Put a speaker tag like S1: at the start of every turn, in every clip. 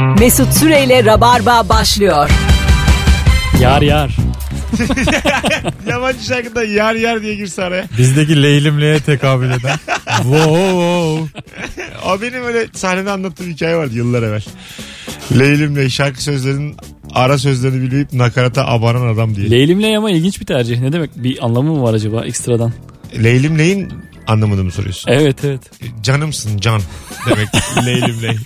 S1: Mesut Süreyle Rabarba başlıyor.
S2: Yar yar.
S3: Yabancı şarkıda yar yar diye girse araya.
S4: Bizdeki leylimliğe tekabül eden. Wow.
S3: O benim öyle sahnede anlattığım hikaye vardı yıllar evvel. Leylimle şarkı sözlerinin ara sözlerini bilip nakarata abanan adam diye.
S2: Leylimley ama ilginç bir tercih. Ne demek? Bir anlamı mı var acaba ekstradan?
S3: Leylimleyin anlamını mı soruyorsun?
S2: Evet.
S3: Canımsın can demek Leylimley.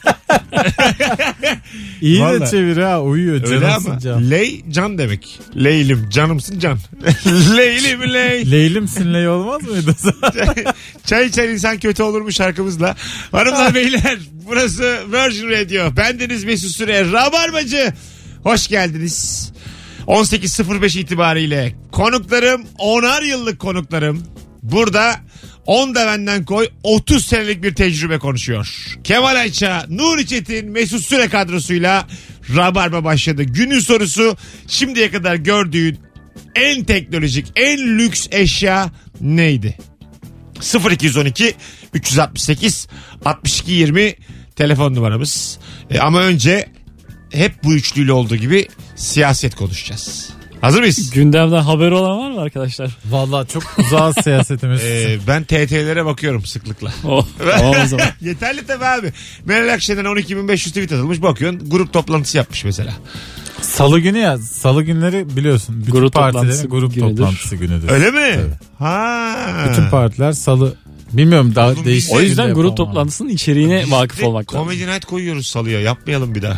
S4: İyi
S3: Vallahi.
S4: de çevir ha, uyuyor.
S3: Öyle
S4: Canımsın
S3: ama
S4: can.
S3: ley can demek. Leylim canımsın can. Leylim ley.
S4: Leylimsin ley olmaz mıydı?
S3: Çay içen insan kötü olur mu şarkımızla. Hanımlar beyler, burası Virgin Radio. Bendeniz Mesut Süre. Rabarbacı. Hoş geldiniz. 18.05 itibariyle konuklarım, 10'ar yıllık konuklarım. Burada 10 da benden koy 30 senelik bir tecrübe konuşuyor. Kemal Ayça, Nuri Çetin, Mesut Süre kadrosuyla Rabarba başladı. Günün sorusu, şimdiye kadar gördüğün en teknolojik, en lüks eşya neydi? 0212 368 62 20 telefon numaramız. Ama önce hep bu üçlüyle olduğu gibi siyaset konuşacağız. Hazır mıyız?
S2: Gündemden haberi olan var mı arkadaşlar?
S4: Vallahi çok uzağız siyasetimiz.
S3: Ben TT'lere bakıyorum sıklıkla.
S2: O zaman.
S3: Yeterli tabii abi. Meral Akşener'den 12.500 tweet atılmış, bakıyorsun grup toplantısı yapmış mesela.
S4: Salı günü ya. Salı günleri biliyorsun. Bütün
S2: Grup
S4: partilerin
S2: toplantısı
S4: grup
S2: günüdür.
S4: toplantısı günüdür.
S3: Öyle mi?
S4: Tabii.
S3: Ha.
S4: Bütün partiler salı. Bilmiyorum daha
S3: Oğlum
S4: değişik.
S2: O yüzden
S4: günde
S2: grup
S4: yapalım
S2: toplantısının içeriğine
S3: Biz
S2: vakıf
S3: de
S2: olmak lazım.
S3: Comedy Night koyuyoruz salıya. Yapmayalım bir daha.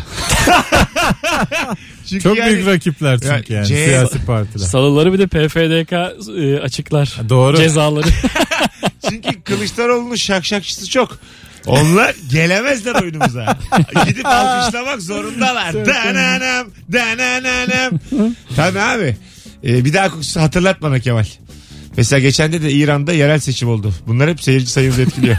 S3: Çünkü
S4: Çok
S3: yani,
S4: büyük rakipler çünkü yani siyasi partiler.
S2: Salıları bir de PFDK açıklar.
S4: Doğru.
S2: Cezaları.
S3: çünkü Kılıçdaroğlu'nun şakşakçısı çok. Onlar gelemezler oyunumuza. Gidip alkışlamak zorundalar. Dananam, dananam. Tabii abi. Bir daha hatırlat bana Kemal. Mesela geçen de İran'da yerel seçim oldu. Bunlar hep seyirci sayımızı etkiliyor.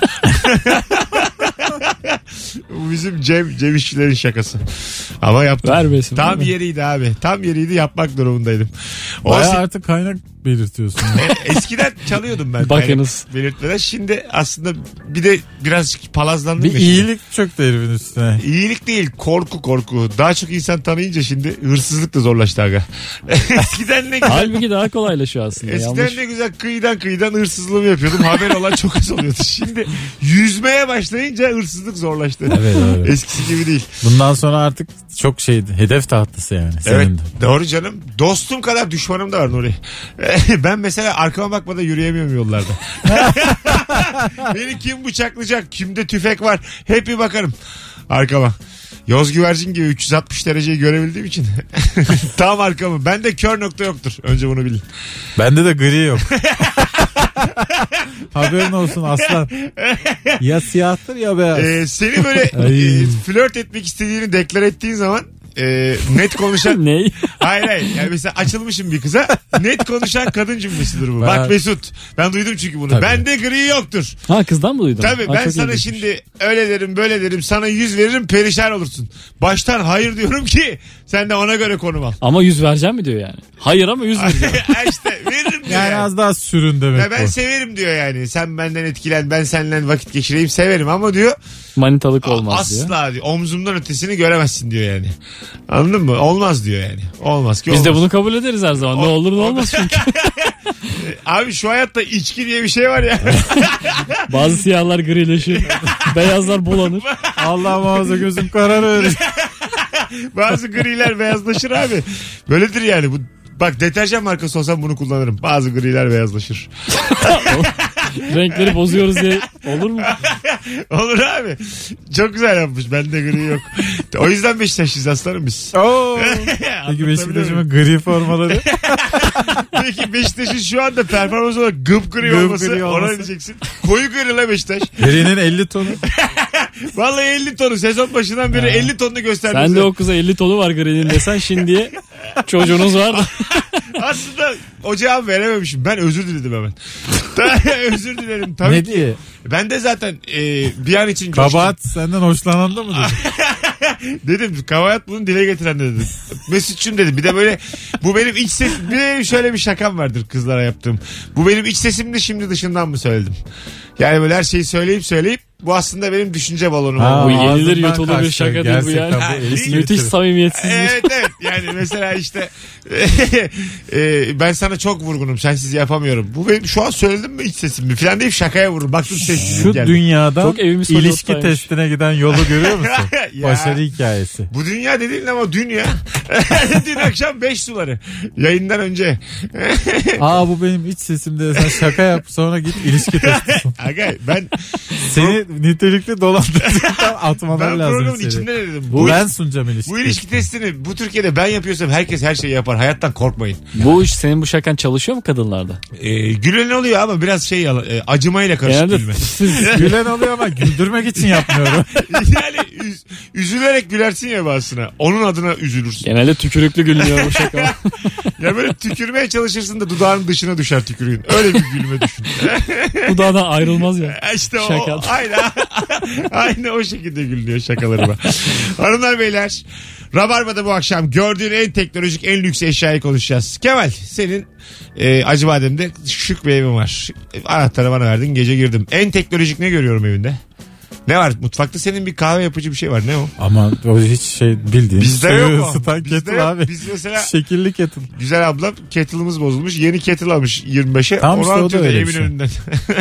S3: Bu bizim Cem İşçilerin şakası. Ama yaptım.
S2: Vermesin.
S3: Tam yeriydi abi. Tam yeriydi, yapmak durumundaydım.
S4: Baya artık kaynak belirtiyorsun.
S3: Eskiden çalıyordum ben.
S2: Bakınız.
S3: Belirtmeden. Şimdi aslında bir de biraz palazlandım.
S4: Bir iyilik çöktü herifin üstüne.
S3: İyilik değil, korku. Daha çok insan tanıyınca şimdi hırsızlık da zorlaştı aga. Eskiden ne güzel.
S2: Halbuki daha kolaylaşıyor aslında.
S3: Eskiden
S2: Yanlış.
S3: ne güzel kıyıdan hırsızlığımı yapıyordum. Haber olan çok az oluyordu. Şimdi yüzmeye başlayınca hırsızlık zorlaştı.
S4: Evet.
S3: Eskisi gibi değil.
S4: Bundan sonra artık çok hedef tahtası yani.
S3: Evet,
S4: Senin de.
S3: doğru canım. Dostum kadar düşmanım da var Nuri. Ben mesela arkama bakmadan yürüyemiyorum yollarda. Beni kim bıçaklayacak? Kimde tüfek var? Hep bir bakarım arkama. Yoz güvercin gibi 360 dereceyi görebildiğim için tam arkamı. Bende kör nokta yoktur. Önce bunu bilin.
S4: Bende de gri yok. Haberin olsun aslan. Ya siyahtır ya beyaz.
S3: Seni böyle flört etmek istediğini deklar ettiğin zaman net konuşan
S2: Ney?
S3: hayır yani mesela açılmışım bir kıza, net konuşan kadın cümlesidir bu. Bak Mesut, ben duydum çünkü bunu.
S4: Tabii.
S3: Bende gri yoktur.
S2: Ha, kızdan mı duydun?
S3: Tabii,
S2: Ha,
S3: ben
S2: çok
S3: sana
S2: ilginçmiş.
S3: şimdi öyle derim böyle derim, sana 100 veririm, perişan olursun. Baştan hayır diyorum ki sen de ona göre konum al.
S2: Ama 100 vereceğim mi diyor yani. Hayır ama 100 vereceğim.
S3: İşte veririm diyor.
S4: Yani az daha sürün demek
S3: Ya ben
S4: bu.
S3: severim diyor yani. Sen benden etkilen, ben seninle vakit geçireyim, severim ama diyor
S2: Manitalık olmaz diyor.
S3: asla diyor. Omzumdan ötesini göremezsin diyor yani. Anladın mı? Olmaz diyor yani. Olmaz ki
S2: Biz
S3: olmaz.
S2: de bunu kabul ederiz her zaman. Ne olur ne olmaz çünkü.
S3: Abi şu hayatta içki diye bir şey var ya.
S2: Bazı siyahlar grileşir. Beyazlar bulanır.
S4: Allah muhafaza gözüm kararır.
S3: Bazı griler beyazlaşır abi. Böyledir yani. Bak, deterjan markası olsam bunu kullanırım. Bazı griler beyazlaşır.
S2: Renkleri bozuyoruz diye olur mu?
S3: Olur abi. Çok güzel yapmış. Bende gri yok. O yüzden Beşiktaşlıyız aslanım biz.
S4: Oo. Peki Beşiktaş'ın gri formaları?
S3: Peki Beşiktaş'ın şu anda performans olarak gıpgri olması, ona ne diyeceksin? Koyu gri la Beşiktaş.
S4: Gri'nin 50 tonu.
S3: Vallahi 50 tonu. Sezon başından beri 50 tonunu gösterdi.
S2: Sen de o kıza 50 tonu var grinin desen şimdiye çocuğunuz var da.
S3: Aslında o cevap verememişim. Ben özür diledim hemen. Özür dilerim. Tabii
S4: Ne
S3: ki.
S4: diye?
S3: Ben de zaten bir an için
S4: Kabahat senden hoşlanan da mı dedi?
S3: dedim. Kabahat bunu dile getiren de dedim. Mesut'cum dedim. Bir de böyle bu benim iç sesim. Bir de şöyle bir şakam vardır kızlara yaptığım. Bu benim iç sesimdi, şimdi dışından mı söyledim? Yani böyle her şeyi söyleyip bu aslında benim düşünce balonum.
S4: Ha,
S2: Bu yenilir
S4: ağzımdan
S2: yutulur bir
S4: kaçtı.
S2: şaka değil bu
S4: Gerçekten
S2: yani.
S3: bu eski
S2: Müthiş
S4: bitirir.
S2: samimiyetsizlik.
S3: Evet. Yani mesela işte ben sana çok vurgunum, sensiz yapamıyorum. Bu benim şu an söyledim mi iç sesim mi falan deyip şakaya vururum. Baktım sessizlik
S4: Şu
S3: geldi.
S4: dünyadan
S2: Çok evimiz
S4: ilişki
S2: Hollywood'daymış.
S4: testine giden yolu görüyor musun?
S3: Ya.
S4: Başarı hikayesi.
S3: Bu dünya dediğin ama dünya. Dün akşam 5 suları. Yayından önce.
S4: Aa bu benim iç sesimde, sen şaka yap sonra git ilişki testi.
S3: Aga ben
S4: Seni nitelikli dolandırıcılıktan atmalar lazım
S3: programın
S4: seni.
S3: içinde ne dedim?
S4: Ben sunacağım ilişki.
S3: Bu ilişki testini bu Türkiye'de ben yapıyorsam herkes her şeyi yapar. Hayattan korkmayın.
S2: Bu iş, senin bu şakan çalışıyor mu kadınlarda?
S3: Gülen oluyor ama biraz şey acımayla karışık
S2: Genelde
S3: gülme.
S4: Gülen oluyor ama güldürmek için yapmıyorum.
S3: Yani üzülerek gülersin ya bazısına. Onun adına üzülürsün.
S2: Genelde tükürüklü gülünüyor bu şaka.
S3: Ya böyle tükürmeye çalışırsın da dudağın dışına düşer tükürüğün. Öyle bir gülme düşün.
S2: Dudağdan ayrılmaz ya.
S3: İşte
S2: Şaka.
S3: o aynı o şekilde gülünüyor şakalarıma. Hanımlar beyler, Rabarba'da bu akşam gördüğün en teknolojik, en lüks eşyayı konuşacağız. Kemal, senin Acıbadem'de şık bir evin var. Anahtarı bana verdin, gece girdim. En teknolojik ne görüyorum evinde? Ne var? Mutfakta senin bir kahve yapıcı bir şey var. Ne o?
S4: Ama o hiç şey bildiğin.
S3: Bizde
S4: suyu
S3: yok o.
S4: ısıtan
S3: Bizde
S4: kettle
S3: yok.
S4: abi.
S3: Biz mesela
S4: Şekilli kettle.
S3: güzel ablam kettle'ımız bozulmuş. Yeni kettle almış 25'e.
S4: Tamam
S3: Onu
S4: işte, o da
S3: atıyor
S4: öyle
S3: evin
S4: bir şey.
S3: önünden.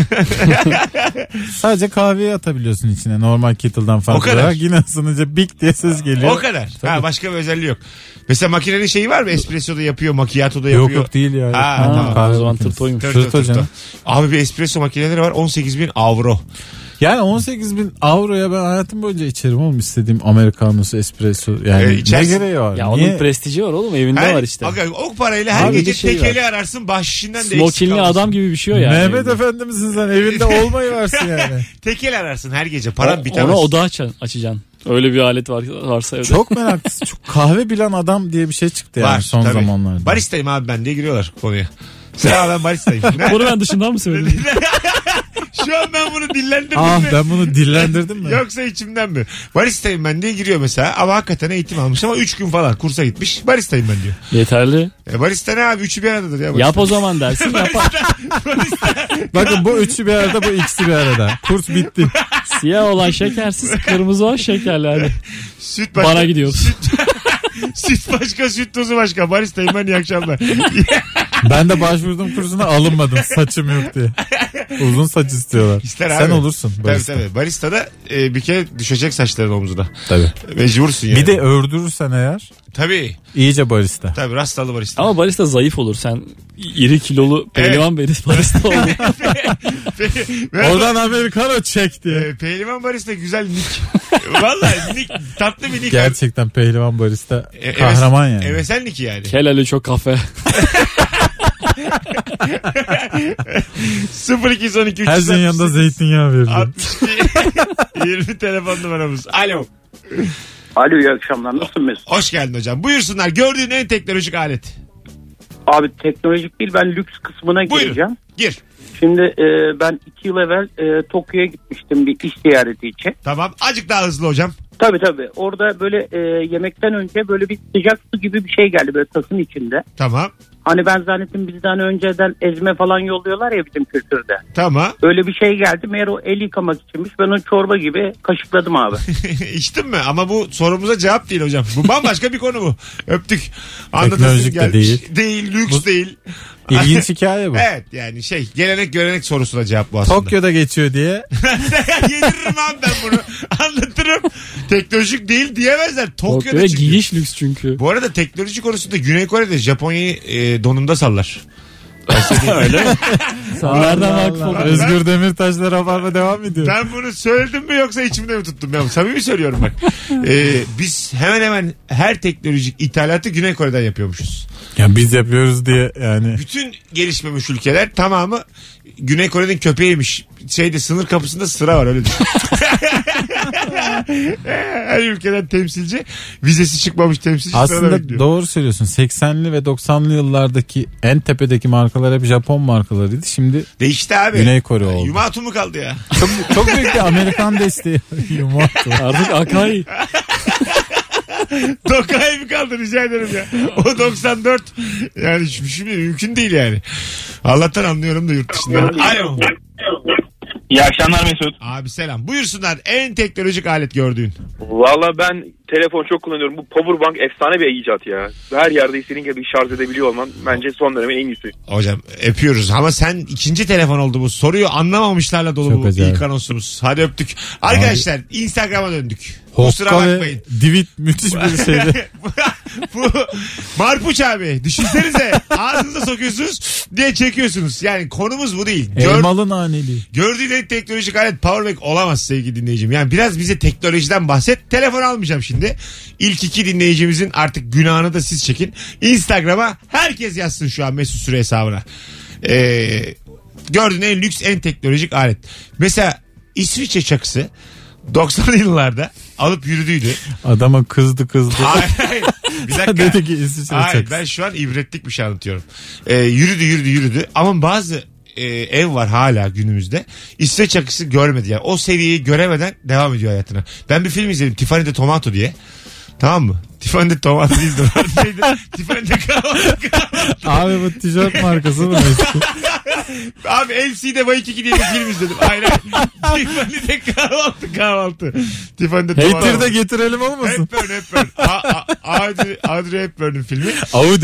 S4: Sadece kahveyi atabiliyorsun içine normal kettle'dan
S3: O
S4: farklı
S3: kadar.
S4: olarak. Yine ısınınca bik diye ses geliyor.
S3: O kadar. Ha, başka bir özelliği yok. Mesela makinenin şeyi var mı? Espresso da yapıyor, macchiato da
S4: Yok
S3: yapıyor.
S4: yok değil ya.
S3: Ha, tamam.
S4: Kahve
S2: O zaman
S4: makinesi.
S2: tırtoymuş.
S3: Tır.
S4: canım.
S3: Abi bir espresso makineleri var 18.000 avro.
S4: Yani 18.000 avroya ben hayatım boyunca içerim oğlum, istediğim americanosu, espresso. Yani ne
S3: içersin.
S4: gereği var?
S2: Ya
S4: Niye?
S2: onun prestiji var oğlum, evinde var işte.
S3: O parayla her
S2: Abi
S3: gece
S2: bir şey
S3: tekeli
S2: var.
S3: ararsın, bahşişinden de eksik
S2: Smokinli
S3: kalırsın.
S2: adam gibi bir şey o yani.
S4: Mehmet Efendi misin sen? Evinde olmayı versin yani.
S3: Tekel ararsın her gece, paran
S2: O-
S3: bitemez.
S2: Ona oda açacaksın. Öyle bir alet varsa evde.
S4: Çok meraklısın. Çok kahve bilen adam diye bir şey çıktı yani
S3: Var,
S4: son
S3: tabii.
S4: zamanlarda.
S3: Baristayım abi ben diye giriyorlar konuya. Sen ben baristayım.
S2: Bunu ben dışından mı söyledim?
S3: Şu an ben bunu dillendirdim
S4: Ah
S3: mi?
S4: ben bunu dillendirdim mi?
S3: Yoksa içimden mi? Baristayım ben diye giriyor mesela ama hakikaten eğitim almış ama 3 gün falan kursa gitmiş. Baristayım ben diyor.
S2: Yeterli.
S3: Barista ne abi? Üçü bir aradadır ya.
S2: Yap
S3: barista.
S2: o zaman dersin. Yapar.
S4: Bakın bu üçü bir arada, bu ikisi bir arada. Kurs bitti.
S2: Siyah olan şekersiz, kırmızı olan şekerli. Hadi.
S3: Süt başka.
S2: Bana gidiyoruz.
S3: Süt başka, süt tozu başka. Baristayım ben, iyi akşamlar.
S4: Ben de başvurdum kursuna, alınmadım saçım yok diye. Uzun saç istiyorlar.
S3: İster
S4: Sen
S3: abi.
S4: olursun barista.
S3: Tabii. Baristada bir kere düşecek saçların omzuna.
S4: Tabii.
S3: Mecbursun yani.
S4: Bir de ördürürsen eğer
S3: Tabii.
S4: iyice barista.
S3: Tabii rastalı barista.
S2: Ama barista zayıf olur. Sen iri kilolu pehlivan barista oldun.
S4: Oradan Americano çek diye.
S3: Pehlivan barista güzel nick. Vallahi nick, tatlı bir nick.
S4: Gerçekten pehlivan barista kahraman yani.
S3: MSN nick yani.
S2: Kelali çok kafe.
S3: 0212
S4: Her şeyin yanında zeytinyağı verirdim.
S3: 62 20 telefon numaramız. Alo.
S5: Alo, iyi akşamlar. Nasılsın Mesut?
S3: Hoş geldin hocam. Buyursunlar. Gördüğün en teknolojik alet.
S5: Abi teknolojik değil, ben lüks kısmına
S3: Buyurun.
S5: gireceğim.
S3: Gir.
S5: Şimdi ben 2 yıl evvel Tokyo'ya gitmiştim bir iş ziyareti için.
S3: Tamam. Azıcık daha hızlı hocam.
S5: Tabii. Orada böyle yemekten önce böyle bir sıcak su gibi bir şey geldi böyle tasın içinde.
S3: Tamam.
S5: Hani ben zannettim bizden önceden ezme falan yolluyorlar ya bizim kültürde.
S3: Tamam.
S5: Öyle bir şey geldi. Meğer o el yıkamak içinmiş. Ben onu çorba gibi kaşıkladım abi.
S3: İçtin mi? Ama bu sorumuza cevap değil hocam. Bu bambaşka bir konu bu. Öptük.
S4: Teknolojik de değil.
S3: Değil. Lüks
S4: Bu-
S3: değil.
S4: İlginç hikaye bu.
S3: Evet yani gelenek görenek sorusuna cevap bu aslında.
S4: Tokyo'da geçiyor diye.
S3: Yediririm abi ben bunu. Anlatırım. Teknolojik değil diyemezler. Tokyo'da
S2: Tokyo'ya
S3: çünkü.
S2: giyiş lüks çünkü.
S3: Bu arada teknoloji konusunda Güney Kore'de Japonya'yı donunda sallar.
S2: Öyle mi? Sen nereden vakıf oldun?
S4: Özgür Demirtaş'la Rabarba devam ediyor.
S3: Ben bunu söyledim mi yoksa içimde mi tuttum? Ya, samimi söylüyorum bak. Biz hemen hemen her teknolojik ithalatı Güney Kore'den yapıyormuşuz.
S4: Ya biz yapıyoruz diye yani.
S3: Bütün gelişmemiş ülkeler tamamı Güney Kore'nin köpeğiymiş. Sınır kapısında sıra var öyle düşün. Her ülkeden temsilci, vizesi çıkmamış temsilci sırada
S4: Aslında
S3: bekliyor.
S4: doğru söylüyorsun. 80'li ve 90'lı yıllardaki en tepedeki markalar hep Japon markalarıydı. Şimdi
S3: Değişti abi.
S4: Güney Kore oldu.
S3: Yumatu mu kaldı ya?
S4: çok büyük bir Amerikan desteği. Yumurta.
S2: Artık Akai.
S3: Tokay mı kaldı rica ederim ya. O 94. Yani şimdi mümkün değil yani. Allah'tan anlıyorum da yurt dışından. Alo.
S6: İyi akşamlar Mesut.
S3: Abi selam. Buyursunlar en teknolojik alet gördüğün.
S6: Valla ben telefon çok kullanıyorum. Bu powerbank efsane bir icat ya. Her yerde istediğin gibi şarj edebiliyor olman bence son dönemin en iyisi.
S3: Hocam öpüyoruz ama sen ikinci telefon oldu bu. Soruyu anlamamışlarla dolu
S4: Çok
S3: bu
S4: acayip.
S3: ilk anonsumuz. Hadi öptük. Arkadaşlar Instagram'a döndük. Kusura
S4: Hokka
S3: bakmayın.
S4: ve divit müthiş bir şeydi.
S3: Bu Marpuç abi düşünsenize ağzınıza sokuyorsunuz diye çekiyorsunuz. Yani konumuz bu değil.
S4: Elmalı naneli.
S3: Gördüğün en teknolojik alet powerbank olamaz sevgili dinleyicim. Yani biraz bize teknolojiden bahset. Telefon almayacağım şimdi. İlk iki dinleyicimizin artık günahını da siz çekin. Instagram'a herkes yazsın şu an Mesut Süre hesabına. Gördüğün en lüks en teknolojik alet. Mesela İsviçre çakısı 90'lı yıllarda alıp yürüdüydü.
S4: Adama kızdı.
S3: Hayır. Bir dakika.
S4: Dedi ki İsviçre
S3: Hayır,
S4: çakısı.
S3: ben şu an ibretlik bir şey anlatıyorum. Yürüdü. Ama bazı ev var hala günümüzde. İsviçre çakısı görmedi. Yani o seviyeyi göremeden devam ediyor hayatına. Ben bir film izledim. Tiffany'de Tomato diye. Tamam mı? Tiffany'de Tomato değildi. Tiffany'de kahvaltı.
S4: Abi bu tişört markası mı?
S3: Abi LC'de Waikiki diye bir film izledim. Hayır. Tiffany'de kahvaltı. Tiffany'de Tomato.
S4: Hater de getirelim olmasın?
S3: Hepburn. Audrey Hepburn'un filmi.
S4: Audi.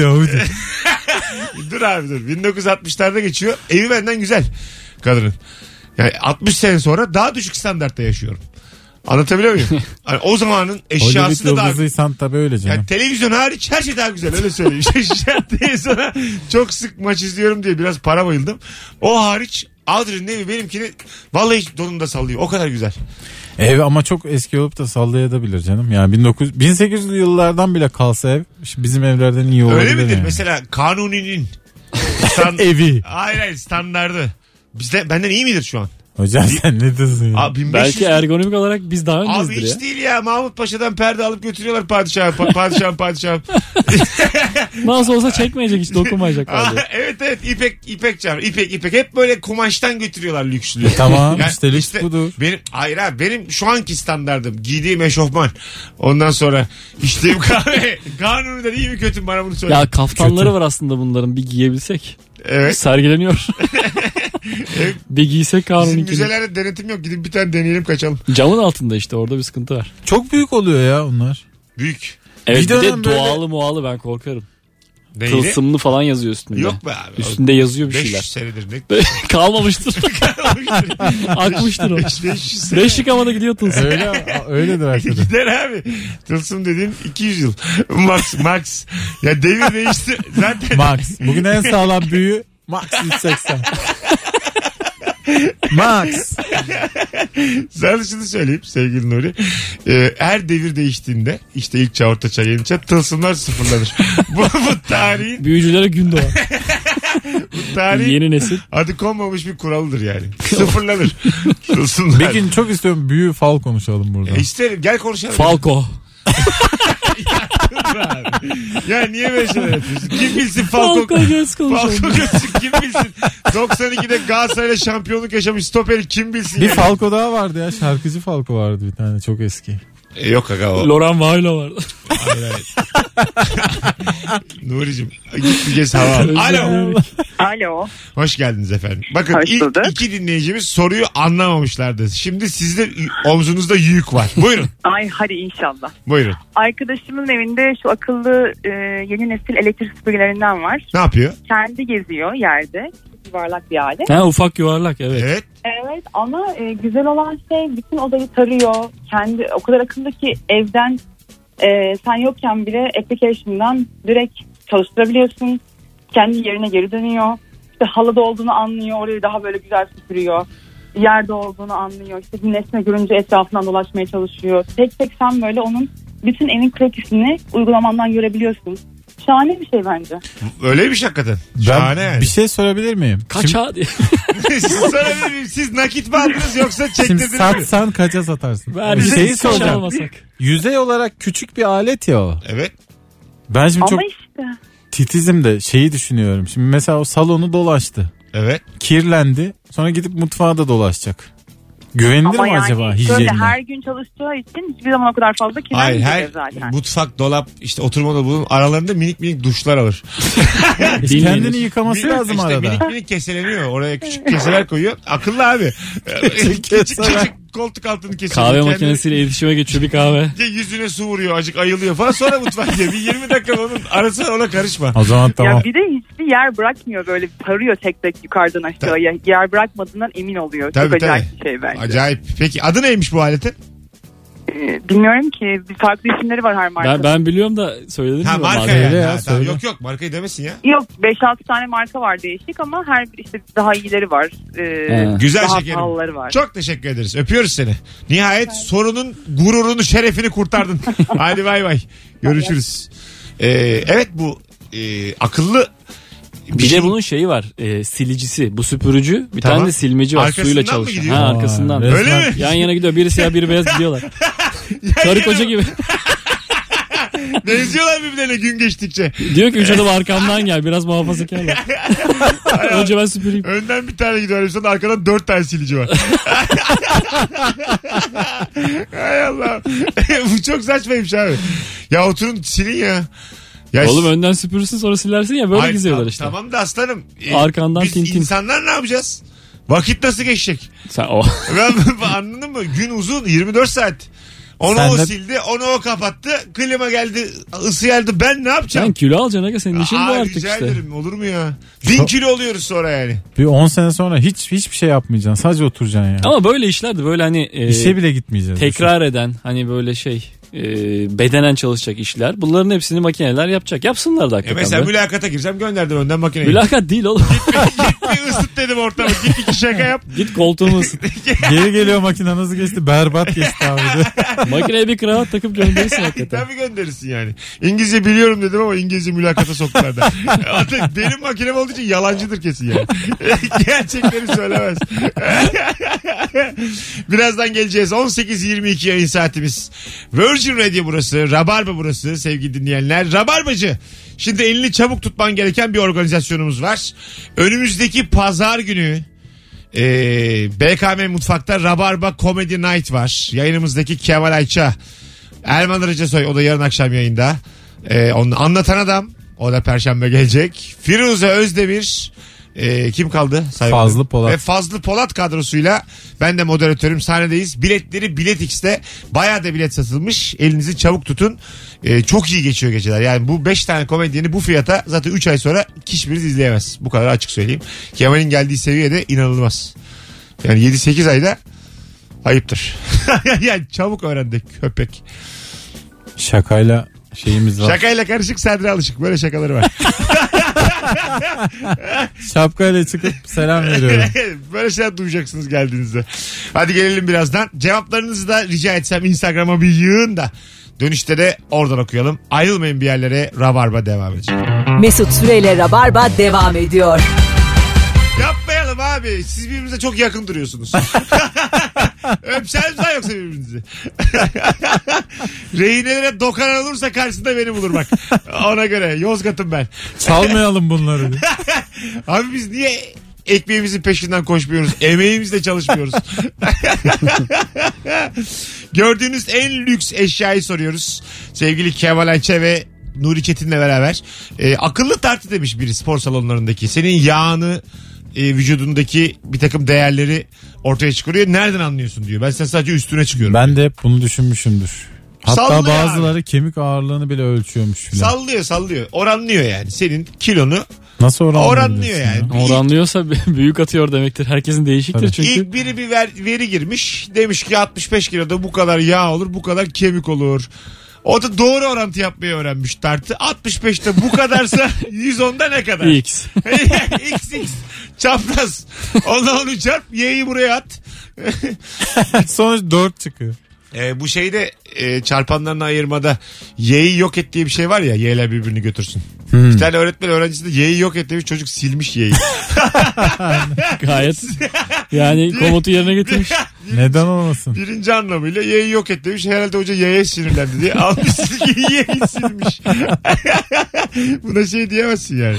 S3: Dur abi dur. 1960'larda geçiyor. Evi benden güzel kadının. Yani 60 sene sonra daha düşük standartta yaşıyorum. Anlatabiliyor muyum? Yani o zamanın eşyası da daha...
S4: Hollywood tabii öyle canım.
S3: Yani televizyon hariç her şey daha güzel öyle söyleyeyim. Televizyona çok sık maç izliyorum diye biraz para bayıldım. O hariç Audrey'nin evi benimkini vallahi donunda sallıyor. O kadar güzel.
S4: Ev ama çok eski olup da sallayabilir canım. Yani 1800'lü yıllardan bile kalsa ev bizim evlerden iyi olabilir.
S3: Öyle midir?
S4: Yani.
S3: Mesela Kanuni'nin
S4: evi.
S3: Hayır standardı. Benden iyi midir şu an?
S4: Hocam sen ne diyorsun ya?
S3: Abi 1500
S2: Belki ergonomik olarak biz daha
S3: Abi
S2: önceyizdir
S3: hiç
S2: ya.
S3: değil ya. Mahmut Paşa'dan perde alıp götürüyorlar padişahım.
S2: Nasıl olsa çekmeyecek, hiç dokunmayacak.
S3: Evet ipek cam. İpek. Hep böyle kumaştan götürüyorlar lükslüğü.
S4: Tamam
S3: Yani
S4: işte lüks budur.
S3: Hayır abi benim şu anki standardım. Giydiğim eşofman. Ondan sonra içtiğim kahve. Kanuni'den iyi mi kötü mü bana bunu söyle.
S2: Ya kaftanları var aslında bunların, bir giyebilsek.
S3: Evet.
S2: Sergileniyor. Bir giysek
S3: Bizim
S2: Kanuni'nkini.
S3: müzelerde denetim yok. Gidip bir tane deneyelim kaçalım.
S2: Camın altında işte, orada bir sıkıntı var.
S4: Çok büyük oluyor ya onlar.
S3: Büyük.
S2: Evet, bir de
S4: dönem böyle-
S2: doğalı ben korkarım.
S3: Neydi?
S2: Tılsımlı falan yazıyor üstünde.
S3: Yok be abi.
S2: Üstünde yazıyor bir
S3: 500
S2: şeyler.
S3: senedir ne?
S2: Kalmamıştır. Akmıştır o.
S3: 500 sene.
S2: 5 yıkamada gidiyor tılsım.
S4: Öyledir hakikaten.
S3: Gider abi. Tılsım dediğin 200 yıl. Max. Ya devir değişti. Zaten
S4: Max. Bugün en sağlam büyü Max 180. Max.
S3: sana şunu söyleyeyim sevgili Nuri. Her devir değiştiğinde işte ilk çağ, orta çağ, yeni çağ tılsımlar sıfırlanır. bu tarihin
S2: Büyücülere gün doğar. Yeni nesil.
S3: adı konmamış bir kuralıdır yani. Sıfırlanır. Tılsımlar.
S4: Bir gün çok istiyorum büyü fal konuşalım burada.
S3: İsterim gel konuşalım.
S2: Falco.
S3: Ya niye böyle şeyler yapıyorsun? Kim bilsin Falco
S2: göz konuşalım.
S3: Falco göz kim bilsin? 92'de Galatasaray'la şampiyonluk yaşamış stoperi kim bilsin?
S4: Bir
S3: yani?
S4: Falco daha vardı ya. Şarkıcı Falco vardı bir tane çok eski.
S3: Yok aga o.
S2: Laurent Vahilo vardı.
S3: Hayır. Nuri'cim git bir kez hava al. Alo.
S5: Alo.
S3: Hoş geldiniz efendim. Bakın
S5: Hoş
S3: ilk
S5: bulduk.
S3: iki dinleyicimiz soruyu anlamamışlardı. Şimdi sizde omzunuzda yük var. Buyurun.
S5: Ay hadi inşallah.
S3: Buyurun.
S5: Arkadaşımın evinde şu akıllı yeni nesil elektrik süpürgelerinden var.
S3: Ne yapıyor?
S5: Kendi geziyor yerde. Yuvarlak bir alet.
S2: Ha, ufak yuvarlak, evet.
S3: Evet.
S5: Evet ama güzel olan şey bütün odayı tarıyor. Kendi o kadar akıllı ki evden sen yokken bile application'dan direkt çalıştırabiliyorsun. Kendi yerine geri dönüyor. İşte halıda olduğunu anlıyor. Orayı daha böyle güzel süpürüyor. Yerde olduğunu anlıyor. İşte bir nesne görünce etrafından dolaşmaya çalışıyor. Tek tek sen böyle onun bütün evin krokisini uygulamandan görebiliyorsun. Şahane bir şey bence.
S3: Öyleymiş hakikaten. Şahane yani.
S4: Bir şey sorabilir miyim?
S2: Kaça diye.
S3: Siz sorabilir miyim? Siz nakit mi aldınız yoksa
S4: Şimdi
S3: çektirdiniz mi?
S4: satsan kaça satarsın?
S2: Verdik,
S4: Şeyi
S2: kaça
S4: soracağım.
S2: almasak.
S4: Yüzey olarak küçük bir alet ya o.
S3: Evet.
S4: Ben şimdi
S5: Ama
S4: çok
S5: işte.
S4: titizim de şeyi düşünüyorum. Şimdi mesela o salonu dolaştı.
S3: Evet.
S4: Kirlendi. Sonra gidip mutfağa da dolaşacak. Güvenilir
S5: Ama
S4: mi
S5: yani
S4: acaba
S5: şöyle
S4: hijyenine?
S5: her gün çalıştığı için hiçbir zaman o kadar fazla
S3: Hayır,
S5: kirlenmiyor zaten.
S3: mutfak, dolap, işte oturma dolabının aralarında minik minik duşlar alır.
S4: Kendini yıkaması lazım
S3: işte
S4: arada.
S3: minik minik keseleniyor. Oraya küçük keseler koyuyor. Akıllı abi. küçük koltuk altını kesiyor.
S2: Kahve
S3: Kendi-
S2: makinesiyle iletişime geçiyor bir kahve.
S3: Yüzüne su vuruyor, acık ayılıyor falan. Sonra mutfağa gidiyor. Bir 20 dakika onun arası, ona karışma.
S4: O zaman tamam.
S5: Ya bir de hiçbir yer bırakmıyor, böyle tarıyor tek tek yukarıdan aşağıya. Yer bırakmadığından emin oluyor.
S3: Tabii,
S5: Çok acayip
S3: tabii.
S5: bir şey bence.
S3: Acayip. Peki adı neymiş bu aletin?
S5: Bilmiyorum ki, bir farklı isimleri var her markanın.
S2: Ben biliyorum da söyledim
S3: Ha
S2: mi?
S3: marka
S2: Markayı?
S3: yani.
S4: ya,
S3: Ha, tamam.
S4: söyle.
S3: Yok markayı demesin ya.
S5: Yok, 5-6 tane marka var değişik ama her işte daha iyileri var.
S3: Güzel
S5: daha
S3: şekerim.
S5: pahalıları var.
S3: Çok teşekkür ederiz. Öpüyoruz seni. Nihayet sorunun gururunu, şerefini kurtardın. Hadi bay bay. Görüşürüz. Evet, bu akıllı
S2: Bir de bunun şeyi var, silicisi. Bu süpürücü, bir
S3: Tamam.
S2: tane de silmeci var,
S3: Arkasından
S2: suyla
S3: mı
S2: çalışan.
S3: gidiyor?
S2: Ha, arkasından.
S4: Aa,
S3: Öyle mi?
S2: Yan yana gidiyor, biri siyah biri beyaz gidiyorlar. Karı koca gibi.
S3: Benziyorlar birbirlerine gün geçtikçe.
S2: Diyor ki 3 adım arkamdan gel, biraz muhafazakarlar. Önce ben süpüreyim.
S3: Önden bir tane gidiyor. Sonra arkadan 4 tane silici var. Hay Allah. Bu çok saçmaymış abi. Ya oturun silin ya. Ya
S2: Oğlum önden süpürürsün sonra silersin ya, böyle
S3: Ay,
S2: geziyorlar işte.
S3: Tamam da aslanım.
S2: Arkandan
S3: biz
S2: tintin.
S3: insanlar ne yapacağız? Vakit nasıl geçecek?
S2: Sen o.
S3: Anladın mı? Gün uzun, 24 saat. Onu
S4: Sen
S3: o
S4: de-
S3: sildi, onu o kapattı. Klima geldi, ısı geldi. Ben ne yapacağım?
S2: Sen kilo alacaksın aga, senin işin bu artık
S3: rica
S2: işte.
S3: ederim, olur mu ya? 1000 kilo oluyoruz sonra yani.
S4: Bir 10 sene sonra hiçbir şey yapmayacaksın. Sadece oturacaksın ya.
S2: Ama böyle işler de böyle hani
S4: İşe bile gitmeyeceğiz.
S2: tekrar eden, hani böyle bedenen çalışacak işler. Bunların hepsini makineler yapacak. Yapsınlar da hakikaten.
S3: Mesela
S2: be.
S3: mülakata girsem gönderdim önden makineyi.
S2: Mülakat değil oğlum.
S3: Bir ısıt dedim ortamı. Git iki şaka yap.
S2: Git koltuğumu ısıt.
S4: Geri geliyor, makine nasıl geçti? Berbat geçti abi de.
S2: Makineye bir kravat takıp gönderirsin hakikaten.
S3: Tabii gönderirsin yani. İngilizce biliyorum dedim ama İngilizce mülakata soktular da. Benim makinem olduğu için yalancıdır kesin yani. Gerçekleri söylemez. Birazdan geleceğiz. 18.22 yayın saatimiz. Virgin Radio burası. Rabarba burası sevgili dinleyenler. Rabarbacı. Şimdi elini çabuk tutman gereken bir organizasyonumuz var. Önümüzdeki pazar günü BKM Mutfak'ta Rabarba Comedy Night var. Yayınımızdaki Kemal Ayça, Erman Arıcasoy, o da yarın akşam yayında. Onu anlatan adam, o da perşembe gelecek. Firuze Özdemir, kim kaldı? Saymadım.
S4: Fazlı Polat.
S3: Ve Fazlı Polat kadrosuyla ben de moderatörüm, sahnedeyiz. Biletleri Bilet X'te, bayağı da bilet satılmış. Elinizi çabuk tutun. Çok iyi geçiyor geceler. Yani bu 5 tane komedyeni bu fiyata zaten 3 ay sonra hiçbiriniz izleyemez. Bu kadar açık söyleyeyim. Kemal'in geldiği seviye de inanılmaz. Yani 7-8 ayda ayıptır. Yani çabuk öğrendik köpek.
S4: Şakayla şeyimiz var.
S3: Şakayla karışık, Sadri Alışık. Böyle şakaları var.
S4: Şapkayla çıkıp selam veriyorum.
S3: Böyle şeyler duyacaksınız geldiğinizde. Hadi gelelim birazdan. Cevaplarınızı da rica etsem Instagram'a bir yığın da dönüşte de oradan okuyalım. Ayrılmayın bir yerlere. Rabarba devam edecek.
S1: Mesut Süreyle Rabarba devam ediyor.
S3: Yapmayalım abi. Siz birbirinize çok yakın duruyorsunuz. Öpseniz daha yoksa birbirinizi. Rehinelere dokanan olursa karşısında beni bulur bak. Ona göre Yozgat'ım ben.
S4: Çalmayalım bunları.
S3: Abi biz niye ekmeğimizin peşinden koşmuyoruz? Emeğimizle çalışmıyoruz. Gördüğünüz en lüks eşyayı soruyoruz. Sevgili Kemal Ayça ve Nuri Çetin'le beraber. Akıllı tartı demiş biri spor salonlarındaki. Senin yağını, vücudundaki bir takım değerleri ortaya çıkarıyor. Nereden anlıyorsun diyor. Ben sen sadece üstüne çıkıyorum.
S4: Ben de hep bunu düşünmüşümdür. Hatta
S3: Sallıyor
S4: bazıları kemik ağırlığını bile ölçüyormuş filan.
S3: Sallıyor. Oranlıyor yani. Senin kilonu
S4: Nasıl
S3: oranlıyor yani.
S2: Oranlıyorsa büyük atıyor demektir. Herkesin değişiktir
S4: Tabii.
S2: çünkü.
S3: İlk biri bir veri girmiş. Demiş ki 65 kiloda bu kadar yağ olur, bu kadar kemik olur. O da doğru orantı yapmayı öğrenmiş tartı. 65'te bu kadarsa 110'da ne kadar?
S2: X.
S3: XX. Çapraz. Onunla onu çarp. Y'yi buraya at.
S4: Sonuç 4 çıkıyor.
S3: Bu şeyde çarpanlarını ayırmada Y'yi yok et diye bir şey var ya. Y'ler birbirini götürsün. Bir tane öğretmen öğrencisi de Y'yi yok et demiş. Çocuk silmiş Y'yi.
S2: Gayet. Yani komutu yerine getirmiş.
S4: Neden olmasın?
S3: Birinci anlamıyla Y'yi yok et demiş. Herhalde hoca Y'ye sinirlendi diye almış Y'yi silmiş. Buna şey diyemezsin yani.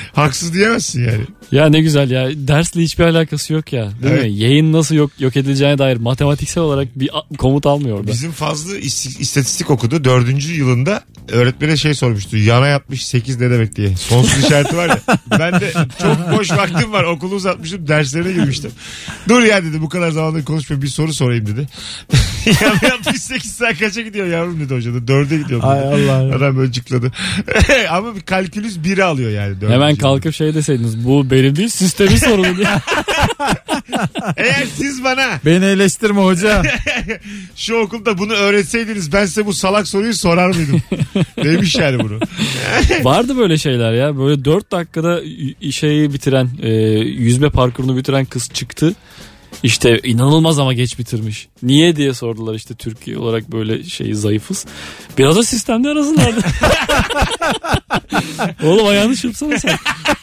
S3: Haksız diyemezsin yani.
S2: Ya ne güzel ya. Dersle hiçbir alakası yok ya. Değil
S3: Evet.
S2: mi? Yayın nasıl yok edileceğine dair matematiksel olarak bir komut almıyor orada.
S3: Bizim Fazlı istatistik okudu. 4. yılında öğretmene şey sormuştu. Yana yatmış 8 ne demek diye. Sonsuz işareti var ya. Ben de çok boş vaktim var. Okulu uzatmıştım. Derslerine girmiştim. Dur ya dedi, bu kadar zamandır konuşmuyor, bir soru sorayım dedi. Yana yatmış 8 saat kaça gidiyor yavrum dedi hoca da. 4'e gidiyor.
S4: Ay Allah.
S3: Adam böyle cıkladı. Ama bir kalkülüs 1'i alıyor yani.
S2: Hemen kalkıp şey deseydiniz, bu benim değil sistemin sorunu diye.
S3: Eğer siz bana
S4: Beni eleştirme hoca.
S3: şu okulda bunu öğretseydiniz ben size bu salak soruyu sorar mıydım? Demiş yani bunu.
S2: Vardı böyle şeyler ya. Böyle 4 dakikada şeyi bitiren, yüzme parkurunu bitiren kız çıktı. İşte inanılmaz ama geç bitirmiş. Niye diye sordular, işte Türkiye olarak böyle zayıfız. Biraz da sistemde arasınlardı. Oğlum ayağını çırpsana sen.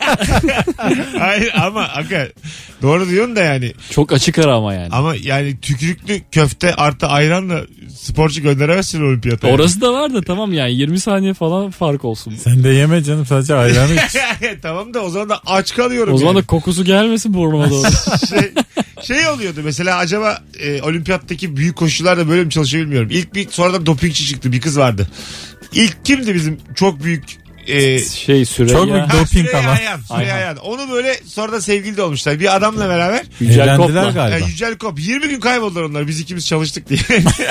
S3: Hayır ama aga doğru diyorsun da yani.
S2: Çok açık ara ama yani.
S3: Ama yani tükürüklü köfte artı ayranla sporcu gönderemezsin olimpiyata.
S2: Orası da var da tamam yani 20 saniye falan fark olsun.
S4: Sen de yeme canım, sadece ayranı iç.
S3: Tamam da o zaman da aç kalıyorum.
S2: O zaman
S3: yani.
S2: da kokusu gelmesin burnuma doğru.
S3: şey oluyordu mesela, acaba olimpiyattaki büyük koşularda böyle mi çalışıyor bilmiyorum. İlk bir sonradan dopingçi çıktı, bir kız vardı. İlk kimdi bizim çok büyük
S2: Süreyya.
S4: Çok büyük doping ama.
S3: Süreyya Ayan. Onu böyle sonra da sevgili de olmuşlar. Bir adamla beraber.
S2: Yücel
S4: Evlendiler
S2: Kop'la.
S4: galiba.
S3: Yücel Kop. 20 gün kayboldular onlar. Biz ikimiz çalıştık diye.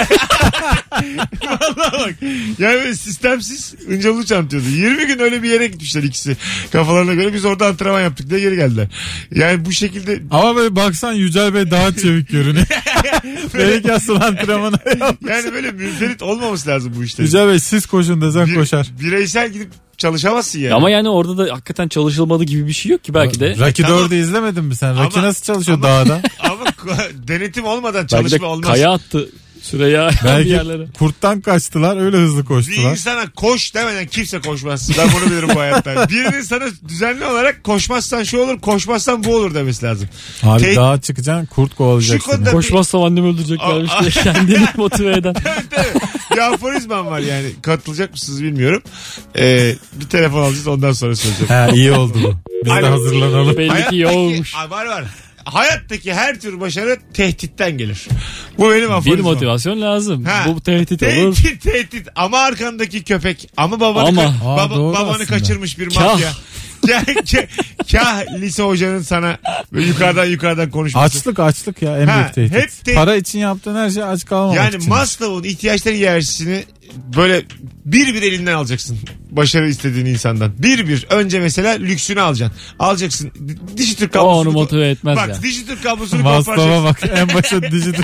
S3: Vallahi bak. Yani böyle sistemsiz Inca Uluç anlatıyordu. 20 gün öyle bir yere gitmişler ikisi. Kafalarına göre biz orada antrenman yaptık diye geri geldiler. Yani bu şekilde.
S4: Ama böyle baksan Yücel Bey daha çevik görünüyor. Belki asıl antrenmanı yapmış.
S3: Yani böyle münferit olmaması lazım bu işte.
S4: Yücel Bey siz koşun desen koşar.
S3: Bireysel gidip çalışamazsın yani.
S2: Ama yani orada da hakikaten çalışılmadı gibi bir şey yok ki belki de.
S4: Rocky
S3: Tamam.
S4: 4'ü izlemedin mi sen? Rocky
S3: Ama-
S4: nasıl çalışıyor
S3: ama-
S4: dağda?
S3: Ama denetim olmadan
S2: Belki de
S3: çalışma olmaz.
S2: kaya attı Süreyya bir
S4: Belki
S2: yerlere.
S4: kurttan kaçtılar, öyle hızlı
S3: Bir
S4: koştular.
S3: insana koş demeden kimse koşmaz. Ben bunu bilirim bu hayatta. Birinin sana düzenli olarak koşmazsan şu olur, koşmazsan bu olur demesi lazım.
S4: Abi
S3: Te-
S4: dağa çıkacaksın, kurt kovalayacak
S3: Şu konuda-
S4: seni.
S2: Koşmazsam annemi öldüreceklermiş diye kendini motive eden.
S3: Evet. Bir aforizmam var yani. Katılacak mısınız bilmiyorum. Bir telefon alacağız, ondan sonra söyleyeceğim.
S4: Ha, iyi oldu bu. Biz de
S3: Alo.
S4: hazırlanalım.
S2: Belli ki yoğunmuş.
S3: Var. Hayattaki her tür başarı tehditten gelir. Bu benim
S2: Bir
S3: aforizmam.
S2: motivasyon lazım.
S3: Ha.
S2: Bu tehdit olur.
S3: Tehdit. Ama arkandaki köpek. Ama babanı,
S2: Ama.
S4: Doğru
S3: babanı
S4: aslında.
S3: kaçırmış bir
S2: Kah.
S3: mafya. Kah lise hocanın sana böyle yukarıdan konuşması.
S4: Açlık ya en
S3: Ha,
S4: büyük tehdit.
S3: hep
S4: Para için yaptığın her şey aç kalmamak
S3: Yani
S4: için.
S3: Maslow'un ihtiyaçları hiyerarşisini böyle bir elinden alacaksın. Başarı istediğin insandan. Bir. Önce mesela lüksünü alacaksın. Alacaksın. Dijitürk
S2: O
S3: kablosunu.
S2: onu motive etmez
S3: Bak
S2: ya.
S3: Dijitürk kablosunu
S4: Maslow'a
S3: koparacaksın.
S4: bak, en başa dijital.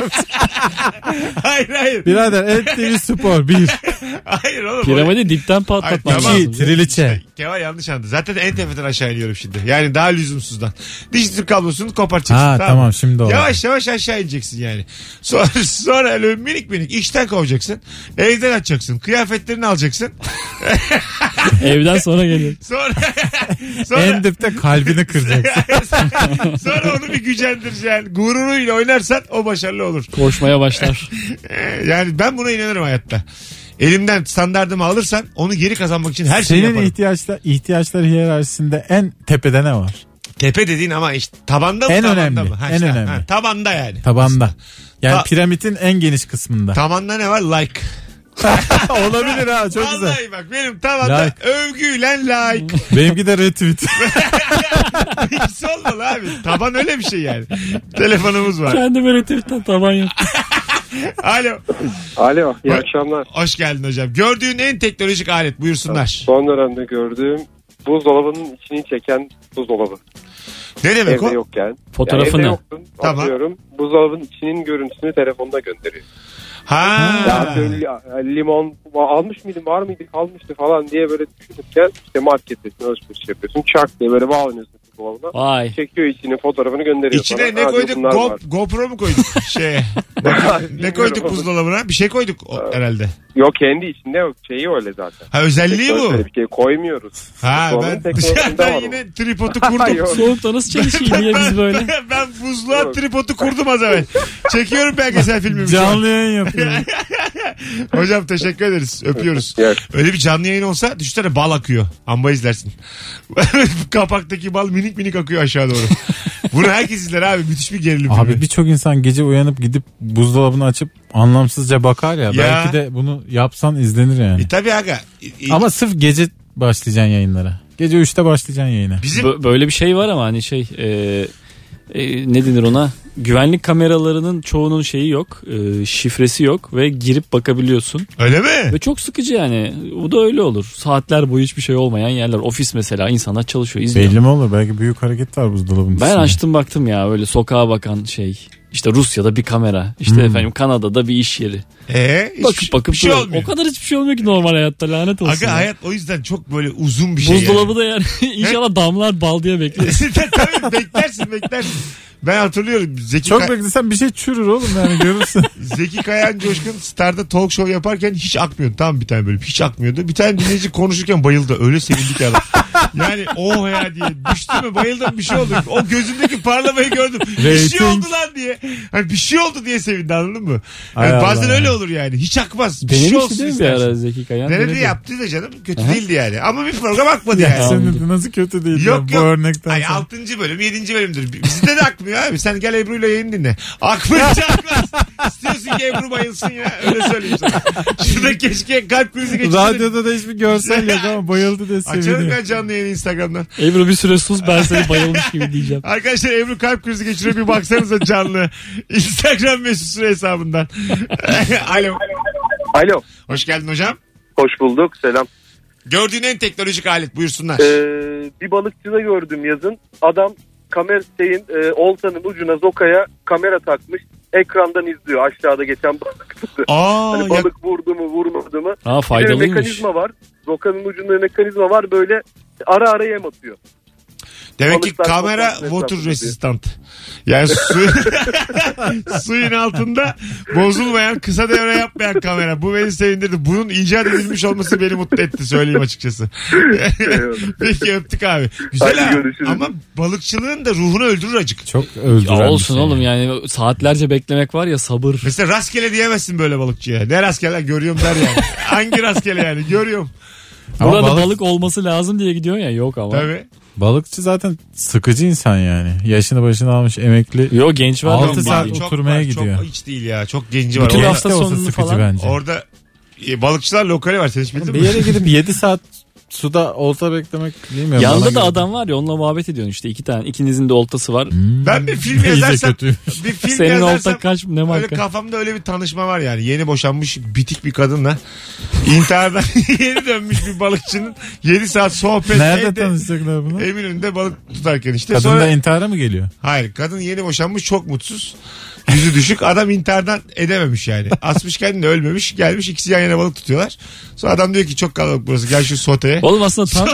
S3: Hayır.
S4: Birader NTV Spor 1.
S3: Hayır oğlum.
S2: Piramidi dipten patlatman
S3: Ay, tamam.
S2: lazım.
S4: Triliçe.
S3: Kemal yanlış anladı. Zaten en tepeden aşağı iniyorum şimdi. Yani daha lüzumsuzdan. Dijitürk kablosunu koparacaksın.
S4: Ha tamam şimdi oldu.
S3: Yavaş aşağı ineceksin yani. Sonra öyle minik işten kovacaksın. Evden açacaksın. Kıyafetlerini alacaksın.
S2: Evden sonra geliyor.
S3: Sonra
S4: En dipte kalbini kıracaksın.
S3: sonra onu bir gücendireceksin. Gururuyla oynarsan o başarılı olur.
S2: Koşmaya başlar.
S3: Yani ben buna inanırım hayatta. Elimden standardımı alırsan onu geri kazanmak için her şeyi
S4: Senin
S3: yaparım.
S4: ihtiyaçlar hiyerarşisinde en tepede ne var?
S3: Tepe dediğin ama işte tabanda mı
S4: En
S3: tabanda
S4: önemli,
S3: mı?
S4: en önemli.
S3: Tabanda yani.
S4: Tabanda. Yani
S3: Ta-
S4: piramidin en geniş kısmında.
S3: Tabanda ne var? Like.
S4: Olabilir ha, çok güzel.
S3: Vallahi bak benim tavanda
S4: Like.
S3: övgüyle like.
S4: Benimki de retweet.
S3: İkisi olmalı abi. Taban öyle bir şey yani. Telefonumuz var.
S2: Kendi böyle tweetten taban yaptım.
S3: Alo.
S7: Alo, iyi
S3: Bak-
S7: akşamlar.
S3: Hoş geldin hocam. Gördüğün en teknolojik alet, buyursunlar.
S7: Son dönemde gördüğüm buzdolabının içini çeken buzdolabı.
S3: Ne demek
S7: Evde
S3: o?
S7: yokken.
S2: Fotoğrafı
S7: evde
S2: ne?
S7: yoktun,
S3: Tamam.
S7: atıyorum. Buzdolabının içinin görüntüsünü telefonda gönderiyor.
S3: Ha.
S7: Ya atıyorum, limon almış mıydım, var mıydı, kalmıştı falan diye böyle düşünürken işte markettesin, alışveriş yapıyorsun. Çak diye böyle bağlanıyorsun buzdolabına.
S2: Vay.
S7: Çekiyor içini, fotoğrafını gönderiyor
S3: İçine
S7: bana.
S3: ne
S7: Abi
S3: koyduk?
S7: bunlar var.
S3: GoPro mu koyduk şeye? Ne koyduk buzdolabına? Bir şey koyduk herhalde.
S7: Yok, kendi içinde yok. Şeyi öyle zaten.
S3: Ha, özelliği bu.
S7: Bir şey koymuyoruz.
S3: Ha,
S7: Buzdolabının
S3: ben
S7: teknolojisinde
S3: dışarıdan
S7: var
S3: yine tripodu kurdum.
S7: Yok.
S2: Soğukta nasıl çalışayım niye biz böyle?
S3: Ben buzluğa tripodu kurdum az evvel. Çekiyorum belgesel filmimi. şu an.
S4: Canlı yayın yapıyor.
S3: Hocam teşekkür ederiz. Öpüyoruz.
S7: Evet.
S3: Öyle bir canlı yayın olsa düşünsene bal akıyor. Amba izlersin. Kapaktaki bal minik minik akıyor aşağı doğru. Bunu herkes izler abi. Müthiş bir gerilim filmi.
S4: Abi birçok insan gece uyanıp gidip buzdolabını açıp anlamsızca bakar ya. Belki de bunu yapsan izlenir yani.
S3: Tabii aga.
S4: Ama sırf gece başlayacaksın yayınlara. Gece 3'te başlayacaksın yayına.
S3: Bizim
S2: Böyle bir şey var ama hani ne denir ona? Güvenlik kameralarının çoğunun şeyi yok, şifresi yok ve girip bakabiliyorsun.
S3: öyle mi?
S2: Ve çok sıkıcı yani. Bu da öyle olur. Saatler boyu hiçbir şey olmayan yerler. Ofis mesela, insanlar çalışıyor, izliyor.
S4: Belli mi olur? Belki büyük hareket var buzdolabının
S2: Ben
S4: içinde.
S2: açtım baktım ya, öyle sokağa bakan şey. İşte Rusya'da bir kamera. İşte efendim Kanada'da bir iş yeri. Bakıp
S3: bir şey
S2: duruyor.
S3: olmuyor.
S2: O kadar hiçbir şey olmuyor ki normal hayatta, lanet olsun.
S3: Aga
S2: ya.
S3: hayat o yüzden çok böyle uzun bir şey.
S2: Buzdolabı da yani inşallah damlar bal diye bekliyorsun.
S3: Tabii beklersin. Ben hatırlıyorum
S4: Çok beklesen bir şey çürür oğlum yani görürsün.
S3: Zeki Kayan Coşkun Star'da talk show yaparken hiç akmıyordu. Tam bir tane bölüm hiç akmıyordu. Bir tane dinleyici konuşurken bayıldı. Öyle sevindik adam. Yani oh ya diye düştü mü bayıldım, bir şey oldu. O gözündeki parlamayı gördüm. Bir şey oldu lan diye. Hani bir şey oldu diye sevindi, anladın mı? Yani bazen öyle olur yani. Hiç akmaz. Bir şey olsun
S2: değil mi bir
S3: istersin.
S2: ara Zeki Kayan?
S3: Denedi yaptı da canım. Kötü değildi yani. Ama bir program akmadı yani.
S4: Senin de nasıl kötü değil
S3: Yok
S4: bu
S3: yok.
S4: örnekten
S3: Ay,
S4: sonra.
S3: 6. bölüm 7. bölümdür. Bizde de akmıyor abi. Sen gel Ebru'yla yayın dinle. Akmayınca akmaz. İstiyorsun ki Ebru bayılsın ya. Öyle söyleyeyim sana. Şurada keşke kalp krizi geçirsin.
S4: Radyoda da hiçbir görsel yok ama bayıldı diye
S3: Açarım
S4: seviniyor.
S3: ben canlı yayını Instagram'dan.
S2: Ebru bir süre sus, ben seni bayılmış gibi diyeceğim.
S3: Arkadaşlar Ebru kalp krizi geçiriyor, bir baksanıza canlı. Instagram Mesut Süre hesabından. Alo.
S7: Alo.
S3: Hoş geldin hocam.
S7: Hoş bulduk. Selam.
S3: Gördüğün en teknolojik alet, buyursunlar.
S7: Bir balıkçıda gördüm yazın. Adam oltanın ucuna zokaya kamera takmış. Ekrandan izliyor aşağıda geçen balıkçısı. Hani balık vurdu mu vurmadı mı. Bir de
S2: Faydalıymış.
S7: mekanizma var. Zokanın ucunda mekanizma var, böyle ara yem atıyor.
S3: Demek ki
S7: balıklar
S3: kamera
S7: fotoğrafını
S3: water
S7: hesaplıyor.
S3: resistant. Yani suyun altında bozulmayan, kısa devre yapmayan kamera. Bu beni sevindirdi. Bunun icat edilmiş olması beni mutlu etti, söyleyeyim açıkçası. Peki öptük abi. Güzel
S7: Hadi
S3: ha.
S7: görüşürüz.
S3: Ama balıkçılığın da ruhunu öldürür acık.
S4: Çok öldüren
S2: Ya olsun
S4: bir şey.
S2: oğlum yani saatlerce beklemek var ya, sabır.
S3: Mesela rastgele diyemezsin böyle balıkçıya. Ne rastgele görüyorum der yani. Hangi rastgele yani, görüyorum.
S4: Ama
S2: Burada balık olması lazım diye gidiyor ya, yok ama.
S3: Tabii.
S4: Balıkçı zaten sıkıcı insan yani. Yaşını başını almış emekli.
S2: Yok, genç var.
S4: 6
S2: Yok,
S4: saat
S2: bildiğin.
S4: oturmaya
S3: var,
S4: gidiyor.
S3: Çok hiç değil ya. Çok genci var.
S2: Bütün
S3: Orada,
S2: hafta
S4: Genç de olsa
S2: sonunu
S4: sıkıcı
S2: falan.
S4: bence.
S3: orada balıkçılar lokali var. Sen hiç bildin
S4: Bir
S3: mi?
S4: yere gidip 7 saat suda olta beklemek bilmiyorum.
S2: Yanında
S4: Bana
S2: da
S4: göre.
S2: adam var ya, onunla muhabbet ediyorsun işte, ikinizin de oltası var.
S3: Ben bir film
S4: İyice
S3: yazarsam,
S4: kötü.
S3: bir film
S2: Senin
S3: yazarsam
S2: olta kaç, ne
S3: öyle
S2: marka?
S3: kafamda öyle bir tanışma var yani. Yeni boşanmış bitik bir kadınla intihardan yeni dönmüş bir balıkçının 7 saat sohbet.
S4: Nerede
S3: evde,
S4: tanışacaklar bunu?
S3: Eminönü'nde balık tutarken işte.
S4: Kadın
S3: Sonra,
S4: da intihara mı geliyor?
S3: hayır, kadın yeni boşanmış, çok mutsuz. Yüzü düşük, adam intihardan edememiş yani. Asmış kendini, ölmemiş, gelmiş, ikisi yan yana balık tutuyorlar. Sonra adam diyor ki çok kalabalık burası, gel şu soteye.
S2: Oğlum aslında tam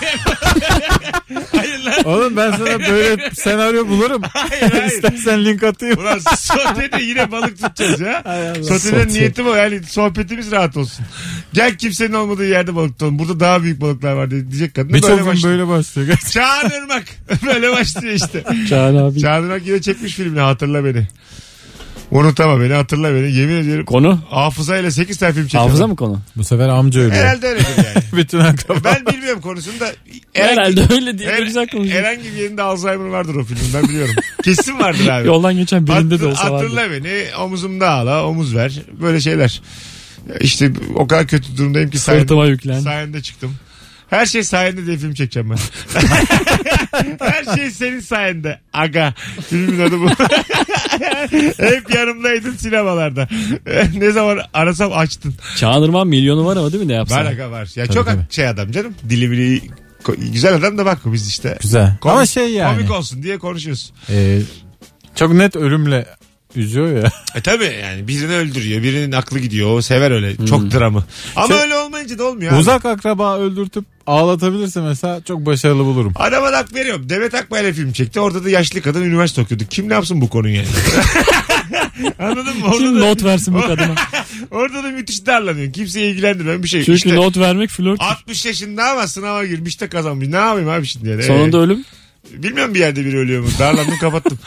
S3: Hayır lan.
S4: Oğlum ben sana böyle senaryo bulurum.
S3: Hayır.
S4: İstersen link atayım.
S3: Ulan sotede yine balık tutacağız ya. Sotede
S4: Sote.
S3: niyetim o, yani sohbetimiz rahat olsun. Gel kimsenin olmadığı yerde balık tutalım. Burada daha büyük balıklar var diyecek kadın.
S4: Birçok gün böyle başlıyor.
S3: Çağan Irmak. Böyle başlıyor işte.
S2: Çağan abi.
S3: Çağan Irmak yine çekmiş filmini, Hatırla Beni. Unutama beni, hatırla beni. Yemin ediyorum.
S2: Konu.
S3: Hafızayla 8 tane film çekiyor.
S2: Hafıza mı konu?
S4: Bu sefer amca ölüyor.
S3: Herhalde öyledir yani.
S4: Bütün akraba.
S3: Ben bilmiyorum konusunu da.
S2: Herhalde öyle diye
S3: her-
S2: güzel konuşuyor.
S3: Herhangi bir yerinde Alzheimer vardır o filmin, ben biliyorum. Kesin vardır abi.
S2: Yoldan geçen birinde de olsa vardı.
S3: Hatırla beni, omuzumda ağla, omuz ver. Böyle şeyler. İşte o kadar kötü durumdayım ki
S2: Sırtıma yüklen.
S3: sayende çıktım. Her şey sayende diye film çekeceğim ben. Her şey senin sayende. Aga. Filmin adı bu. Hep yanımdaydın sinemalarda. Ne zaman arasam açtın.
S2: Çağan Irmak'ın milyonu var ama değil mi, ne yapsa?
S3: Var aga var. Ya
S4: Tabii,
S3: çok
S4: tabii.
S3: şey adam canım. Dili bili güzel adam da, bak biz işte.
S4: Güzel. Ama şey yani.
S3: Komik olsun diye konuşuyoruz.
S4: Çok net ölümle üzüyor ya.
S3: Tabii yani birini öldürüyor, birinin aklı gidiyor. O sever öyle. Çok dramı. Ama
S4: Şey-
S3: öyle olmayınca da olmuyor. abi.
S4: Uzak akraba öldürtüp ağlatabilirse mesela çok başarılı bulurum.
S3: Adama hak veriyorum. Demet Akbay'la film çekti. Orada da yaşlı kadın üniversite okuyordu. Kim ne yapsın bu konuyu yani? Anladın mı?
S2: Kim not versin bu kadına?
S3: Orada da müthiş darlanıyor. Kimseyi ilgilendirmeyen bir şey.
S2: Çünkü
S3: İşte
S2: not vermek flört.
S3: 60 yaşında ama sınava girmiş de kazanmış. Ne yapayım abi şimdi yani?
S2: Sonunda ölüm.
S3: Bilmiyorum bir yerde biri ölüyor mu? Darlandım kapattım.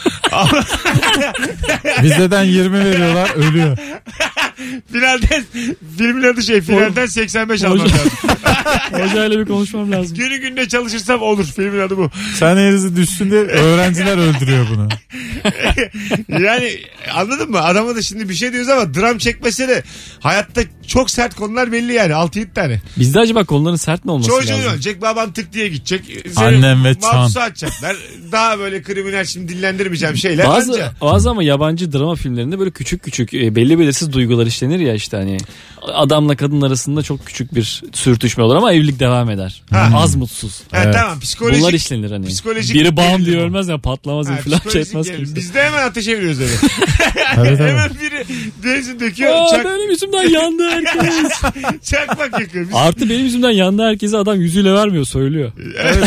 S4: Vizeden 20 veriyorlar, ölüyor.
S3: Finalden filmin adı finalden 85 almam lazım.
S2: Hocayla bir konuşmam lazım.
S3: Günü gününe çalışırsam olur. Filmin adı bu.
S4: Saniyenizi düşsün diye öğrenciler öldürüyor bunu.
S3: Yani anladın mı? Adama da şimdi bir şey diyoruz ama dram çekmese de hayatta çok sert konular belli yani. 6-7 tane.
S2: Bizde acaba konuların sert mi olması
S3: Çocuğun
S2: lazım?
S3: ölecek, baban tık diye gidecek.
S4: Annem ve Çan.
S3: Mahpusu atacaklar. Daha böyle kriminal, şimdi dillendirmeyeceğim şeyler.
S2: Bazı ama yabancı drama filmlerinde böyle küçük küçük belli belirsiz duygular işlenir ya, işte hani adamla kadın arasında çok küçük bir sürtüşme olur ama evlilik devam eder. Az mutsuz.
S3: Evet. Tamam, psikolojik.
S2: Bunlar işlenir hani.
S3: Biri
S2: bam diye ölmez ya, patlamaz infilak etmez kimse.
S3: Biz de hemen ateşe veriyoruz öyle.
S4: Tabii.
S3: Hemen biri benzin döküyor.
S2: Benim yüzümden yandı herkes.
S3: Çakmak yakıyor.
S2: Artı benim yüzümden yandı herkese adam yüzüyle vermiyor, söylüyor.
S3: Evet.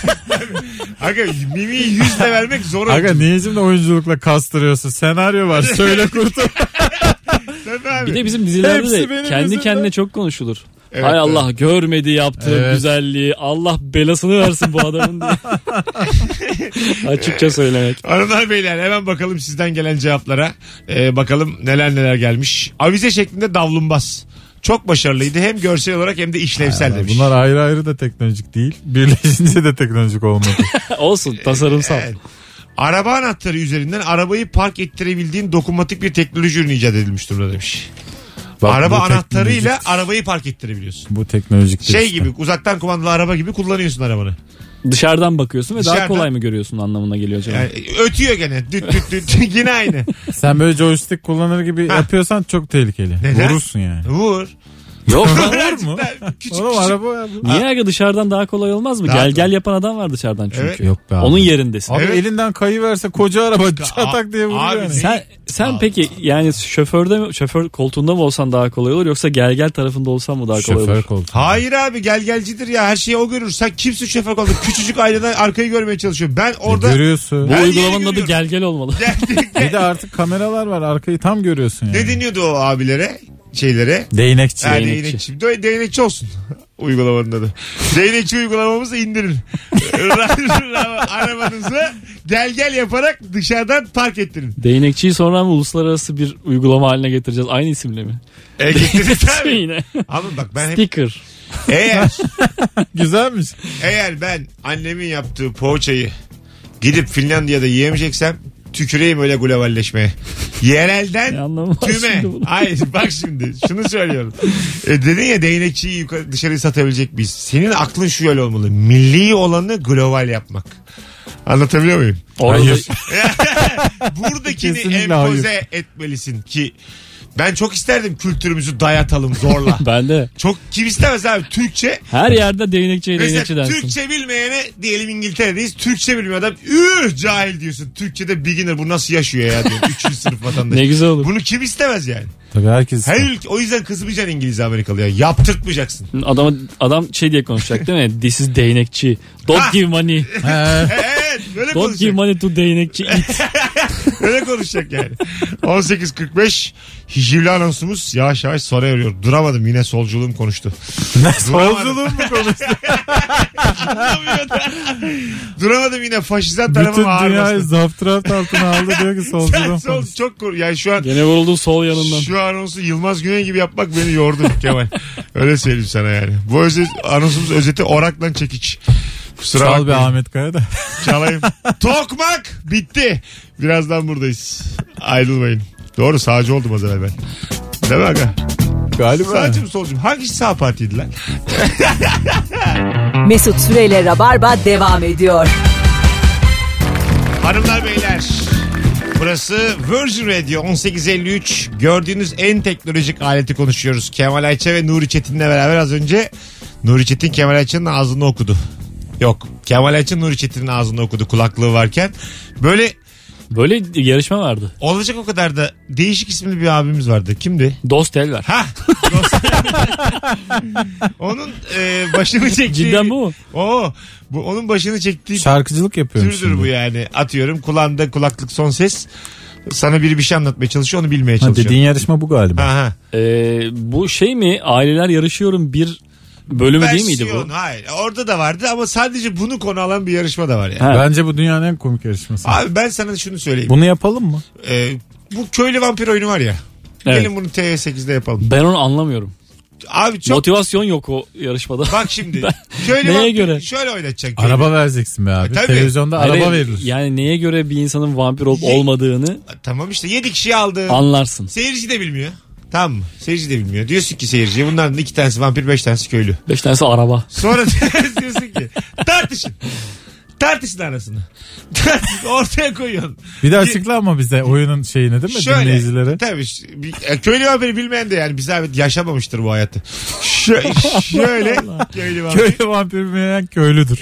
S3: Aga mimiyi yüzle vermek zor.
S4: Aga niye şimdi oyunculukla kastırıyorsun? Senaryo var. Söyle kurtul.
S2: Bir de bizim dizilerde de kendi kendine çok konuşulur. Evet, hay Allah, görmedi yaptığı güzelliği. Allah belasını versin bu adamın diye. Açıkça söylemek.
S3: Hanımlar beyler, hemen bakalım sizden gelen cevaplara. Bakalım neler gelmiş. Avize şeklinde davlumbaz. Çok başarılıydı. Hem görsel olarak hem de işlevsel demiş.
S4: Bunlar ayrı ayrı da teknolojik değil. Birleşince de teknolojik olmadı.
S2: Olsun, tasarımsal.
S3: Evet. Araba anahtarı üzerinden arabayı park ettirebildiğin dokunmatik bir teknoloji ürünü icat edilmiş durumda demiş.
S4: Bak,
S3: araba anahtarıyla arabayı park ettirebiliyorsun.
S4: Bu teknolojik
S3: şey işte gibi, uzaktan kumandalı araba gibi kullanıyorsun arabanı.
S2: Dışarıdan bakıyorsun ve daha kolay mı görüyorsun anlamına geliyor canım.
S3: Yani ötüyor gene. Düt yine aynı.
S4: Sen böyle joystick kullanır gibi yapıyorsan çok tehlikeli.
S3: Neden?
S4: Vurursun yani.
S3: Vur.
S2: Yok
S4: Olur mu?
S3: Küçük
S4: Oğlum araba ya bu.
S2: Niye aga, dışarıdan daha kolay olmaz mı?
S3: Daha
S2: Gel yapan adam var dışarıdan çünkü.
S3: Evet.
S4: Yok be abi.
S2: Onun yerindesin.
S4: Abi
S3: Evet.
S4: elinden kayıverse koca araba çatak diye vurur
S3: abi,
S4: yani.
S2: Sen peki yani şoför koltuğunda mı olsan daha kolay olur, yoksa gel tarafında olsan mı daha kolay olur?
S4: Şoför koltuğu.
S3: Hayır abi, gelcidir ya, her şeyi o görür. Sen kimsin şoför koltuğu? Küçücük aynadan arkayı görmeye çalışıyor. Ben orada...
S4: Görüyorsun.
S2: Bu
S3: Her
S2: uygulamanın
S3: yeri
S2: adı gel olmalı.
S4: Bir de artık kameralar var, arkayı tam görüyorsun yani.
S3: Ne deniyordu o abilere? Şeylere.
S4: Değnekçi.
S3: Değnekçi. Değnekçi olsun uygulamanın adı. Değnekçi uygulamamızı indirin. Arabanızı gel yaparak dışarıdan park ettirin.
S2: Değnekçiyi sonra mı uluslararası bir uygulama haline getireceğiz? Aynı isimle mi?
S3: Getiririz tabii.
S2: Yine.
S3: Ama bak ben hep...
S2: Sticker.
S4: Güzelmiş.
S3: Eğer ben annemin yaptığı poğaçayı gidip Finlandiya'da yiyemeyeceksem tüküreyim öyle globalleşmeye. Yerelden tüme. Hayır bak şimdi şunu söylüyorum. Dedin ya değnekçiyi dışarı satabilecek miyiz? Senin aklın şöyle olmalı. Milli olanı global yapmak. Anlatabiliyor muyum?
S4: Hayır.
S3: Buradakini
S4: Kesinlikle
S3: empoze etmelisin ki ben çok isterdim kültürümüzü dayatalım zorla.
S2: Ben de.
S3: Çok, kim istemez abi Türkçe.
S2: Her yerde değnekçi
S3: Mesela
S2: dersin.
S3: Türkçe bilmeyene, diyelim İngiltere'deyiz. Türkçe bilmiyor adam. Cahil diyorsun. Türkçe'de beginner, bu nasıl yaşıyor ya diyor. 3. sınıf vatandaş.
S2: Ne güzel olur.
S3: Bunu kim istemez yani?
S4: Tabii herkes
S3: Her ülke, o yüzden kızmayacaksın İngiliz Amerikalıya. Yaptırtmayacaksın.
S2: Adam şey diye konuşacak değil mi? This is değnekçi. Don't give money.
S3: Evet böyle
S2: Don't give
S3: konuşacak.
S2: money to değnekçi it.
S3: Öyle konuşacak yani. 18.45 hicivli anonsumuz yavaş yavaş sona eriyor. Duramadım, yine solculuğum konuştu.
S4: solculuğum mu konuştu?
S3: Duramadım, yine faşizan tarafım
S4: Bütün
S3: ağır
S4: dünyayı
S3: bastı.
S4: zapturapt altına aldı diyor ki solculuğum
S3: Sol,
S4: konuştu.
S3: çok yani şu an
S2: Gene vuruldun sol yanından.
S3: şu anonsu Yılmaz Güney gibi yapmak beni yordu Kemal. Öyle söyleyeyim sana yani. Bu anonsumuz özeti orakla çekiç. Kusura
S4: Çal be
S3: bakmayın.
S4: Ahmet Kaya da.
S3: Çalayım. Tokmak bitti. Birazdan buradayız. Ayrılmayın. Doğru, sağcı oldum az evvel ben. Değil mi aga?
S4: Galiba.
S3: Sağcı mı solcu mu? Hangisi sağ partiydi lan?
S1: Mesut Süreyle Rabarba devam ediyor.
S3: Hanımlar beyler, burası Virgin Radio 18.53. Gördüğünüz en teknolojik aleti konuşuyoruz. Kemal Ayça ve Nuri Çetin'le beraber az önce Nuri Çetin Kemal Ayça'nın ağzını okudu. Yok, Kemal Ayça Nuri Çetin'in ağzını okudu kulaklığı varken. Böyle
S2: Böyle yarışma vardı.
S3: Olacak o kadar da değişik isimli bir abimiz vardı. Kimdi?
S2: Dost Elver.
S3: Ha. Onun başını çektiği.
S2: Cidden bu mu?
S3: Bu onun başını çektiği
S4: Şarkıcılık yapıyorum
S3: türdür
S4: şimdi.
S3: bu yani. Atıyorum kulağında kulaklık son ses. Sana biri bir şey anlatmaya çalışıyor, onu bilmeye
S4: Ha,
S3: çalışıyor.
S4: dediğin yarışma bu galiba.
S3: Aha.
S2: Bu şey mi? Aileler yarışıyorum bir bölümü değil miydi bu?
S3: Hayır. Orada da vardı ama sadece bunu konu alan bir yarışma da var yani.
S2: Ha.
S4: Bence bu dünyanın en komik yarışması.
S3: Abi ben sana şunu söyleyeyim.
S4: Bunu yapalım mı?
S3: Bu köylü vampir oyunu var ya.
S2: Evet.
S3: Gelin bunu TV8'de yapalım.
S2: Ben onu anlamıyorum.
S3: Abi çok
S2: Motivasyon yok o yarışmada.
S3: bak şimdi. Köylü
S2: Neye
S3: vampir
S2: göre?
S3: şöyle oynatacaksın. Köylü.
S4: Araba vereceksin be abi.
S3: Tabii.
S4: Televizyonda
S2: Hayır,
S4: araba verilir.
S2: Yani neye göre bir insanın vampir olup olmadığını
S3: Tamam işte 7 kişiyi aldın.
S2: anlarsın.
S3: Seyirci de bilmiyor. Tamam mı? Seyirci de bilmiyor. Diyorsun ki seyirciye bunların 2 tanesi vampir 5 tanesi köylü.
S2: 5 tanesi araba.
S3: Sonra diyorsun ki tartışın. Tartışın arasını. Ortaya koyuyorsun.
S4: Bir de açıkla ama bize oyunun şeyini değil mi dinleyicilere?
S3: Tabii. Köylü vampiri bilmeyen de yani bir zahmet yaşamamıştır bu hayatı. Şöyle köylü vampir.
S4: Köylü vampir bilmeyen köylüdür.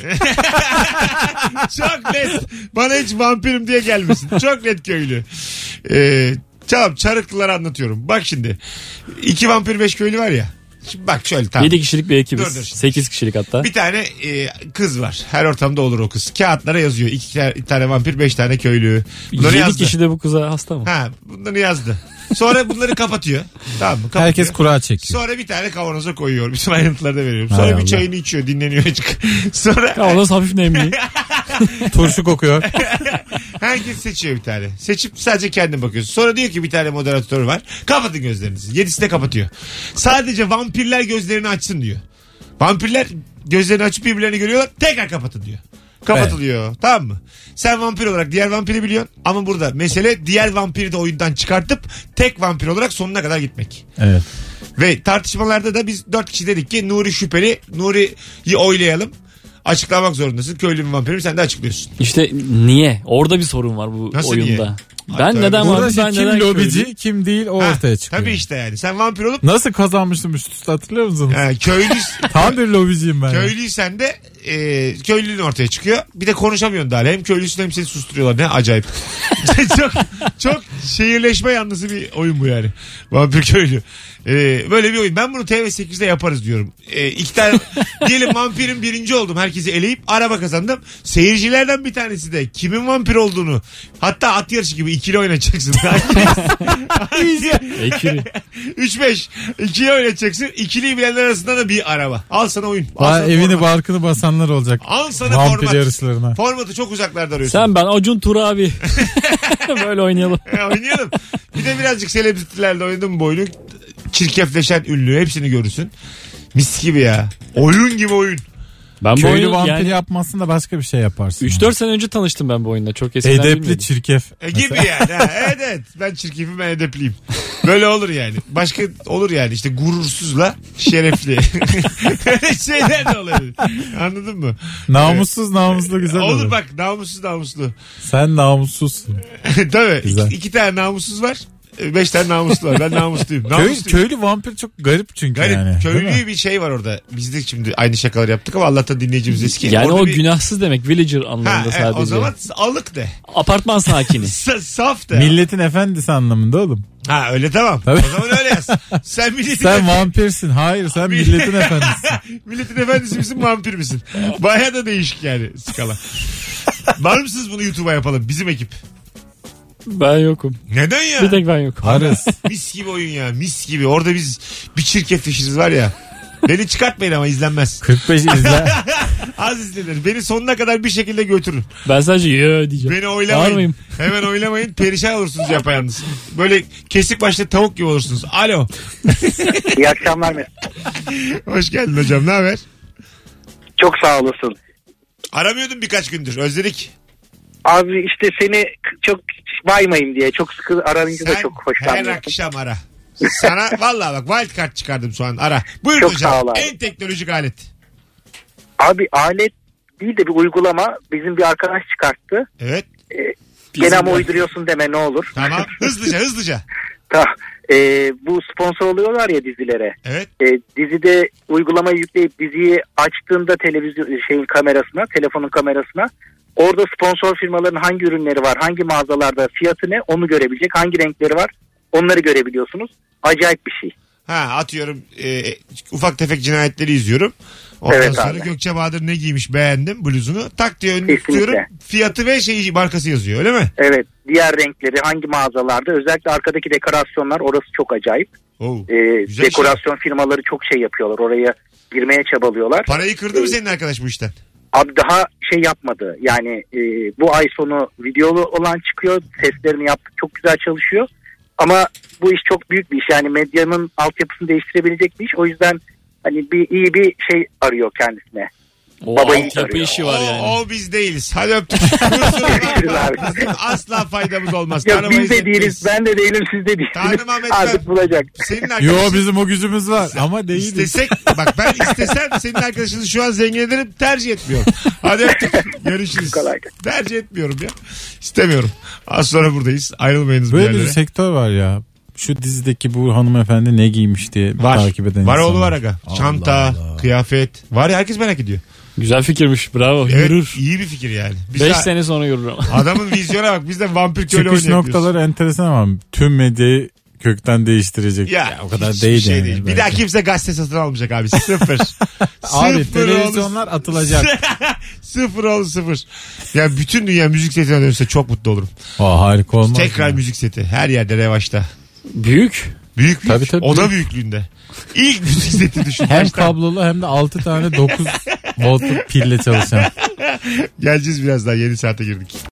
S3: Çok net. Bana hiç vampirim diye gelmesin. Çok net köylü. Tamam çarıklıları anlatıyorum. Bak şimdi. 2 vampir 5 köylü var ya. Şimdi bak şöyle tamam.
S2: 7 kişilik bir ekibiz.
S3: Dur.
S2: 8 kişilik hatta.
S3: Bir tane kız var. Her ortamda olur o kız. Kağıtlara yazıyor. 2 tane vampir 5 tane köylü. Bunları
S2: 7
S3: yazdı.
S2: kişi de bu kıza hasta mı?
S3: Ha, bunları yazdı. Sonra bunları kapatıyor. Tamam mı? Kapatıyor.
S4: Herkes kura çekiyor.
S3: Sonra bir tane kavanoza koyuyor. Bütün ayrıntıları da veriyorum.
S4: Hay
S3: Sonra bir
S4: Allah.
S3: çayını içiyor. Dinleniyor azıcık. Sonra
S2: Kavanoz hafif nemli.
S4: Turşu kokuyor.
S3: herkes seçiyor bir tane. Seçip sadece kendin bakıyorsun. Sonra diyor ki bir tane moderatör var. Kapatın gözlerinizi. 7'si de kapatıyor. Sadece vampirler gözlerini açsın diyor. Vampirler gözlerini açıp birbirlerini görüyorlar. Tekrar kapatın diyor. Kapatılıyor. Evet. Tamam mı? Sen vampir olarak diğer vampiri biliyorsun. Ama burada mesele diğer vampiri de oyundan çıkartıp tek vampir olarak sonuna kadar gitmek.
S4: Evet.
S3: Ve tartışmalarda da biz 4 kişi dedik ki Nuri şüpheli. Nuri'yi oylayalım. Açıklamak zorundasın. Köylü mü vampir mi sen de açıklıyorsun.
S2: İşte niye? Orada bir sorun var bu
S3: Nasıl
S2: oyunda.
S3: niye?
S2: Ben
S3: Tabii.
S2: neden
S4: Burada
S2: vampir, ben
S4: kim
S2: neden
S4: lobici
S2: köylü?
S4: kim değil o
S3: Ha,
S4: ortaya çıkıyor.
S3: Tabii işte yani. Sen vampir olup
S4: Nasıl kazanmıştım üst üste hatırlıyor musunuz?
S3: köylü
S4: Tam bir lobiciyim ben.
S3: köylüysen de köylülüğün ortaya çıkıyor. Bir de konuşamıyorsun daha. Hem köylüsün hem seni susturuyorlar. Ne acayip. çok şehirleşme yanlısı bir oyun bu yani. Vampir köylü. Böyle bir oyun. Ben bunu TV8'de yaparız diyorum. 2 tane diyelim vampirin birinci oldum. Herkesi eleyip araba kazandım. Seyircilerden bir tanesi de kimin vampir olduğunu hatta at yarışı gibi ikili oynatacaksın.
S2: Ekiri.
S3: 3-5 ikili oynatacaksın. İkiliyi bilenler arasında da bir araba. Al sana oyun. Al
S4: Daha
S3: sana
S4: evini
S3: format.
S4: barkını basanlar olacak.
S3: Al sana
S4: Vampir
S3: format.
S4: yarışlarına.
S3: Formatı çok uzaklarda arıyorsun.
S2: Sen ben Acun Tur abi. Böyle oynayalım.
S3: Oynayalım. Bir de birazcık selebritilerle oynadım bu oyunu. Çirkefleşen ünlü hepsini görürsün. Mis gibi ya. Oyun gibi oyun.
S2: Ben bu
S4: Köylü
S2: oyunu
S4: vampir
S2: yani
S4: yapmazsın da başka bir şey yaparsın.
S2: 3-4 sene önce tanıştım ben bu oyunda. Çok eskiden
S4: Edepli
S2: bilmiyordum.
S4: çirkef.
S3: Gibi yani. Ha, evet. Ben çirkefim ben edepliyim. Böyle olur yani. Başka olur yani. İşte gurursuzla şerefli. Öyle şeyler de olabilir. Anladın mı?
S4: Namussuz namuslu güzel olur.
S3: Olur bak namussuz namuslu.
S4: Sen namussuzsun.
S3: Tabii.
S4: Güzel.
S3: 2 tane namussuz var. 5 tane namuslu var. Ben namusluyum.
S4: Köylü vampir çok garip çünkü
S3: Garip.
S4: yani. Değil mi?
S3: Köylü bir şey var orada. Biz de şimdi aynı şakalar yaptık ama Allah'tan dinleyicimiz eski.
S2: Yani
S3: Orada
S2: o
S3: bir...
S2: günahsız demek. Villager anlamında sadece.
S3: O zaman alık de.
S2: Apartman sakini.
S3: Saf de.
S4: Milletin efendisi anlamında oğlum.
S3: Ha öyle tamam.
S4: Tabii.
S3: O zaman öyle yaz. Sen milletin,
S4: Sen vampirsin. Hayır sen milletin efendisisin.
S3: milletin efendisi misin vampir misin? Baya da değişik yani skala. Var mısınız bunu YouTube'a yapalım bizim ekip?
S2: Ben yokum.
S3: Neden ya?
S2: Bir tek ben yokum.
S4: Arız.
S3: Mis gibi oyun ya mis gibi. Orada biz bir çirkefleşiriz var ya. Beni çıkartmayın ama izlenmez.
S4: 45 izle.
S3: Az izlenir. Beni sonuna kadar bir şekilde götürün.
S2: Ben sadece yo diyeceğim.
S3: Beni
S2: Var
S3: oylamayın.
S2: mıyım?
S3: Hemen oylamayın. Perişan olursunuz yapayalnız. Böyle kesik başlı tavuk gibi olursunuz. Alo.
S8: İyi akşamlar Mesut.
S3: Hoş geldin hocam. Ne haber?
S8: Çok sağ olasın.
S3: Aramıyordum birkaç gündür. Özledik.
S8: Abi işte seni çok baymayayım diye çok sıkı arayınca da
S3: Sen
S8: çok
S3: her
S8: hoşlanmıyorum.
S3: akşam ara. Sana vallahi bak wild card çıkardım şu an. Ara. Buyurun
S8: Çok
S3: hocam.
S8: sağ ol abi.
S3: En teknolojik alet.
S8: Abi alet değil de bir uygulama bizim bir arkadaş çıkarttı.
S3: Evet.
S8: Gene ama uyduruyorsun deme ne olur.
S3: Tamam. Hızlıca.
S8: Bu sponsor oluyorlar ya dizilere.
S3: Evet.
S8: Dizide uygulamayı yükleyip diziyi açtığında televizyon kamerasına, telefonun kamerasına Orada sponsor firmaların hangi ürünleri var, hangi mağazalarda fiyatı ne onu görebilecek, hangi renkleri var onları görebiliyorsunuz. Acayip bir şey.
S3: Atıyorum ufak tefek cinayetleri izliyorum. Ondan
S8: Evet
S3: sonra
S8: abi.
S3: Gökçe Bahadır ne giymiş beğendim bluzunu. Tak diye önüne tutuyorum. Fiyatı ve markası yazıyor öyle mi?
S8: Evet, diğer renkleri hangi mağazalarda, özellikle arkadaki dekorasyonlar, orası çok acayip. Dekorasyon firmaları çok şey yapıyorlar, oraya girmeye çabalıyorlar.
S3: Parayı kırdı mı senin arkadaş bu işten?
S8: Abi daha şey yapmadı yani, bu ay sonu videolu olan çıkıyor, seslerini yaptık, çok güzel çalışıyor. Ama bu iş çok büyük bir iş, yani medyanın altyapısını değiştirebilecek bir iş. O yüzden hani iyi bir şey arıyor kendisine.
S2: Altyapı işi var yani.
S3: O biz değiliz. Hadi öptük. Bizim asla faydamız olmaz.
S8: Yok, biz de değiliz. Ben de değilim, siz de değilsiniz.
S3: Tanrım
S8: Artık bulacak.
S4: Yo, bizim o gücümüz var ama değiliz.
S3: İstesek, bak ben istesem senin arkadaşını şu an zengin ederim, tercih etmiyorum. Hadi öptük. Görüşürüz. Tercih etmiyorum ya. İstemiyorum. Az sonra buradayız. Ayrılmayınız
S4: böyle
S3: bir yerlere.
S4: bir sektör var ya. Şu dizideki bu hanımefendi ne giymiş diye takip eden
S3: var
S4: insanlar.
S3: oğlu var aga. Çanta, Allah. Kıyafet. Var ya, herkes merak ediyor.
S2: Güzel fikirmiş, bravo.
S3: Evet,
S2: yürür.
S3: İyi bir fikir yani.
S2: 5 sene sonra yürür ama.
S3: Adamın vizyona bak, biz de vampir köylü
S4: oynayabiliyoruz. Çıkış noktaları enteresan ama tüm medyayı kökten değiştirecek.
S3: Ya
S4: o kadar değil
S3: şey
S4: yani.
S3: Değil. Bir daha kimse gazete satın almayacak abi. Sıfır.
S4: Abi televizyonlar atılacak.
S3: Sıfır. Ya bütün dünya müzik setine dönse çok mutlu olurum.
S4: Harika olmaz.
S3: Tekrar müzik seti. Her yerde revaçta.
S2: Büyük.
S3: Tabii. Oda büyüklüğünde. İlk müzik seti düşün.
S4: Hem kablolu hem de 6 tane 9 voltluk pille çalışan.
S3: Geleceğiz birazdan, yeni saate girdik.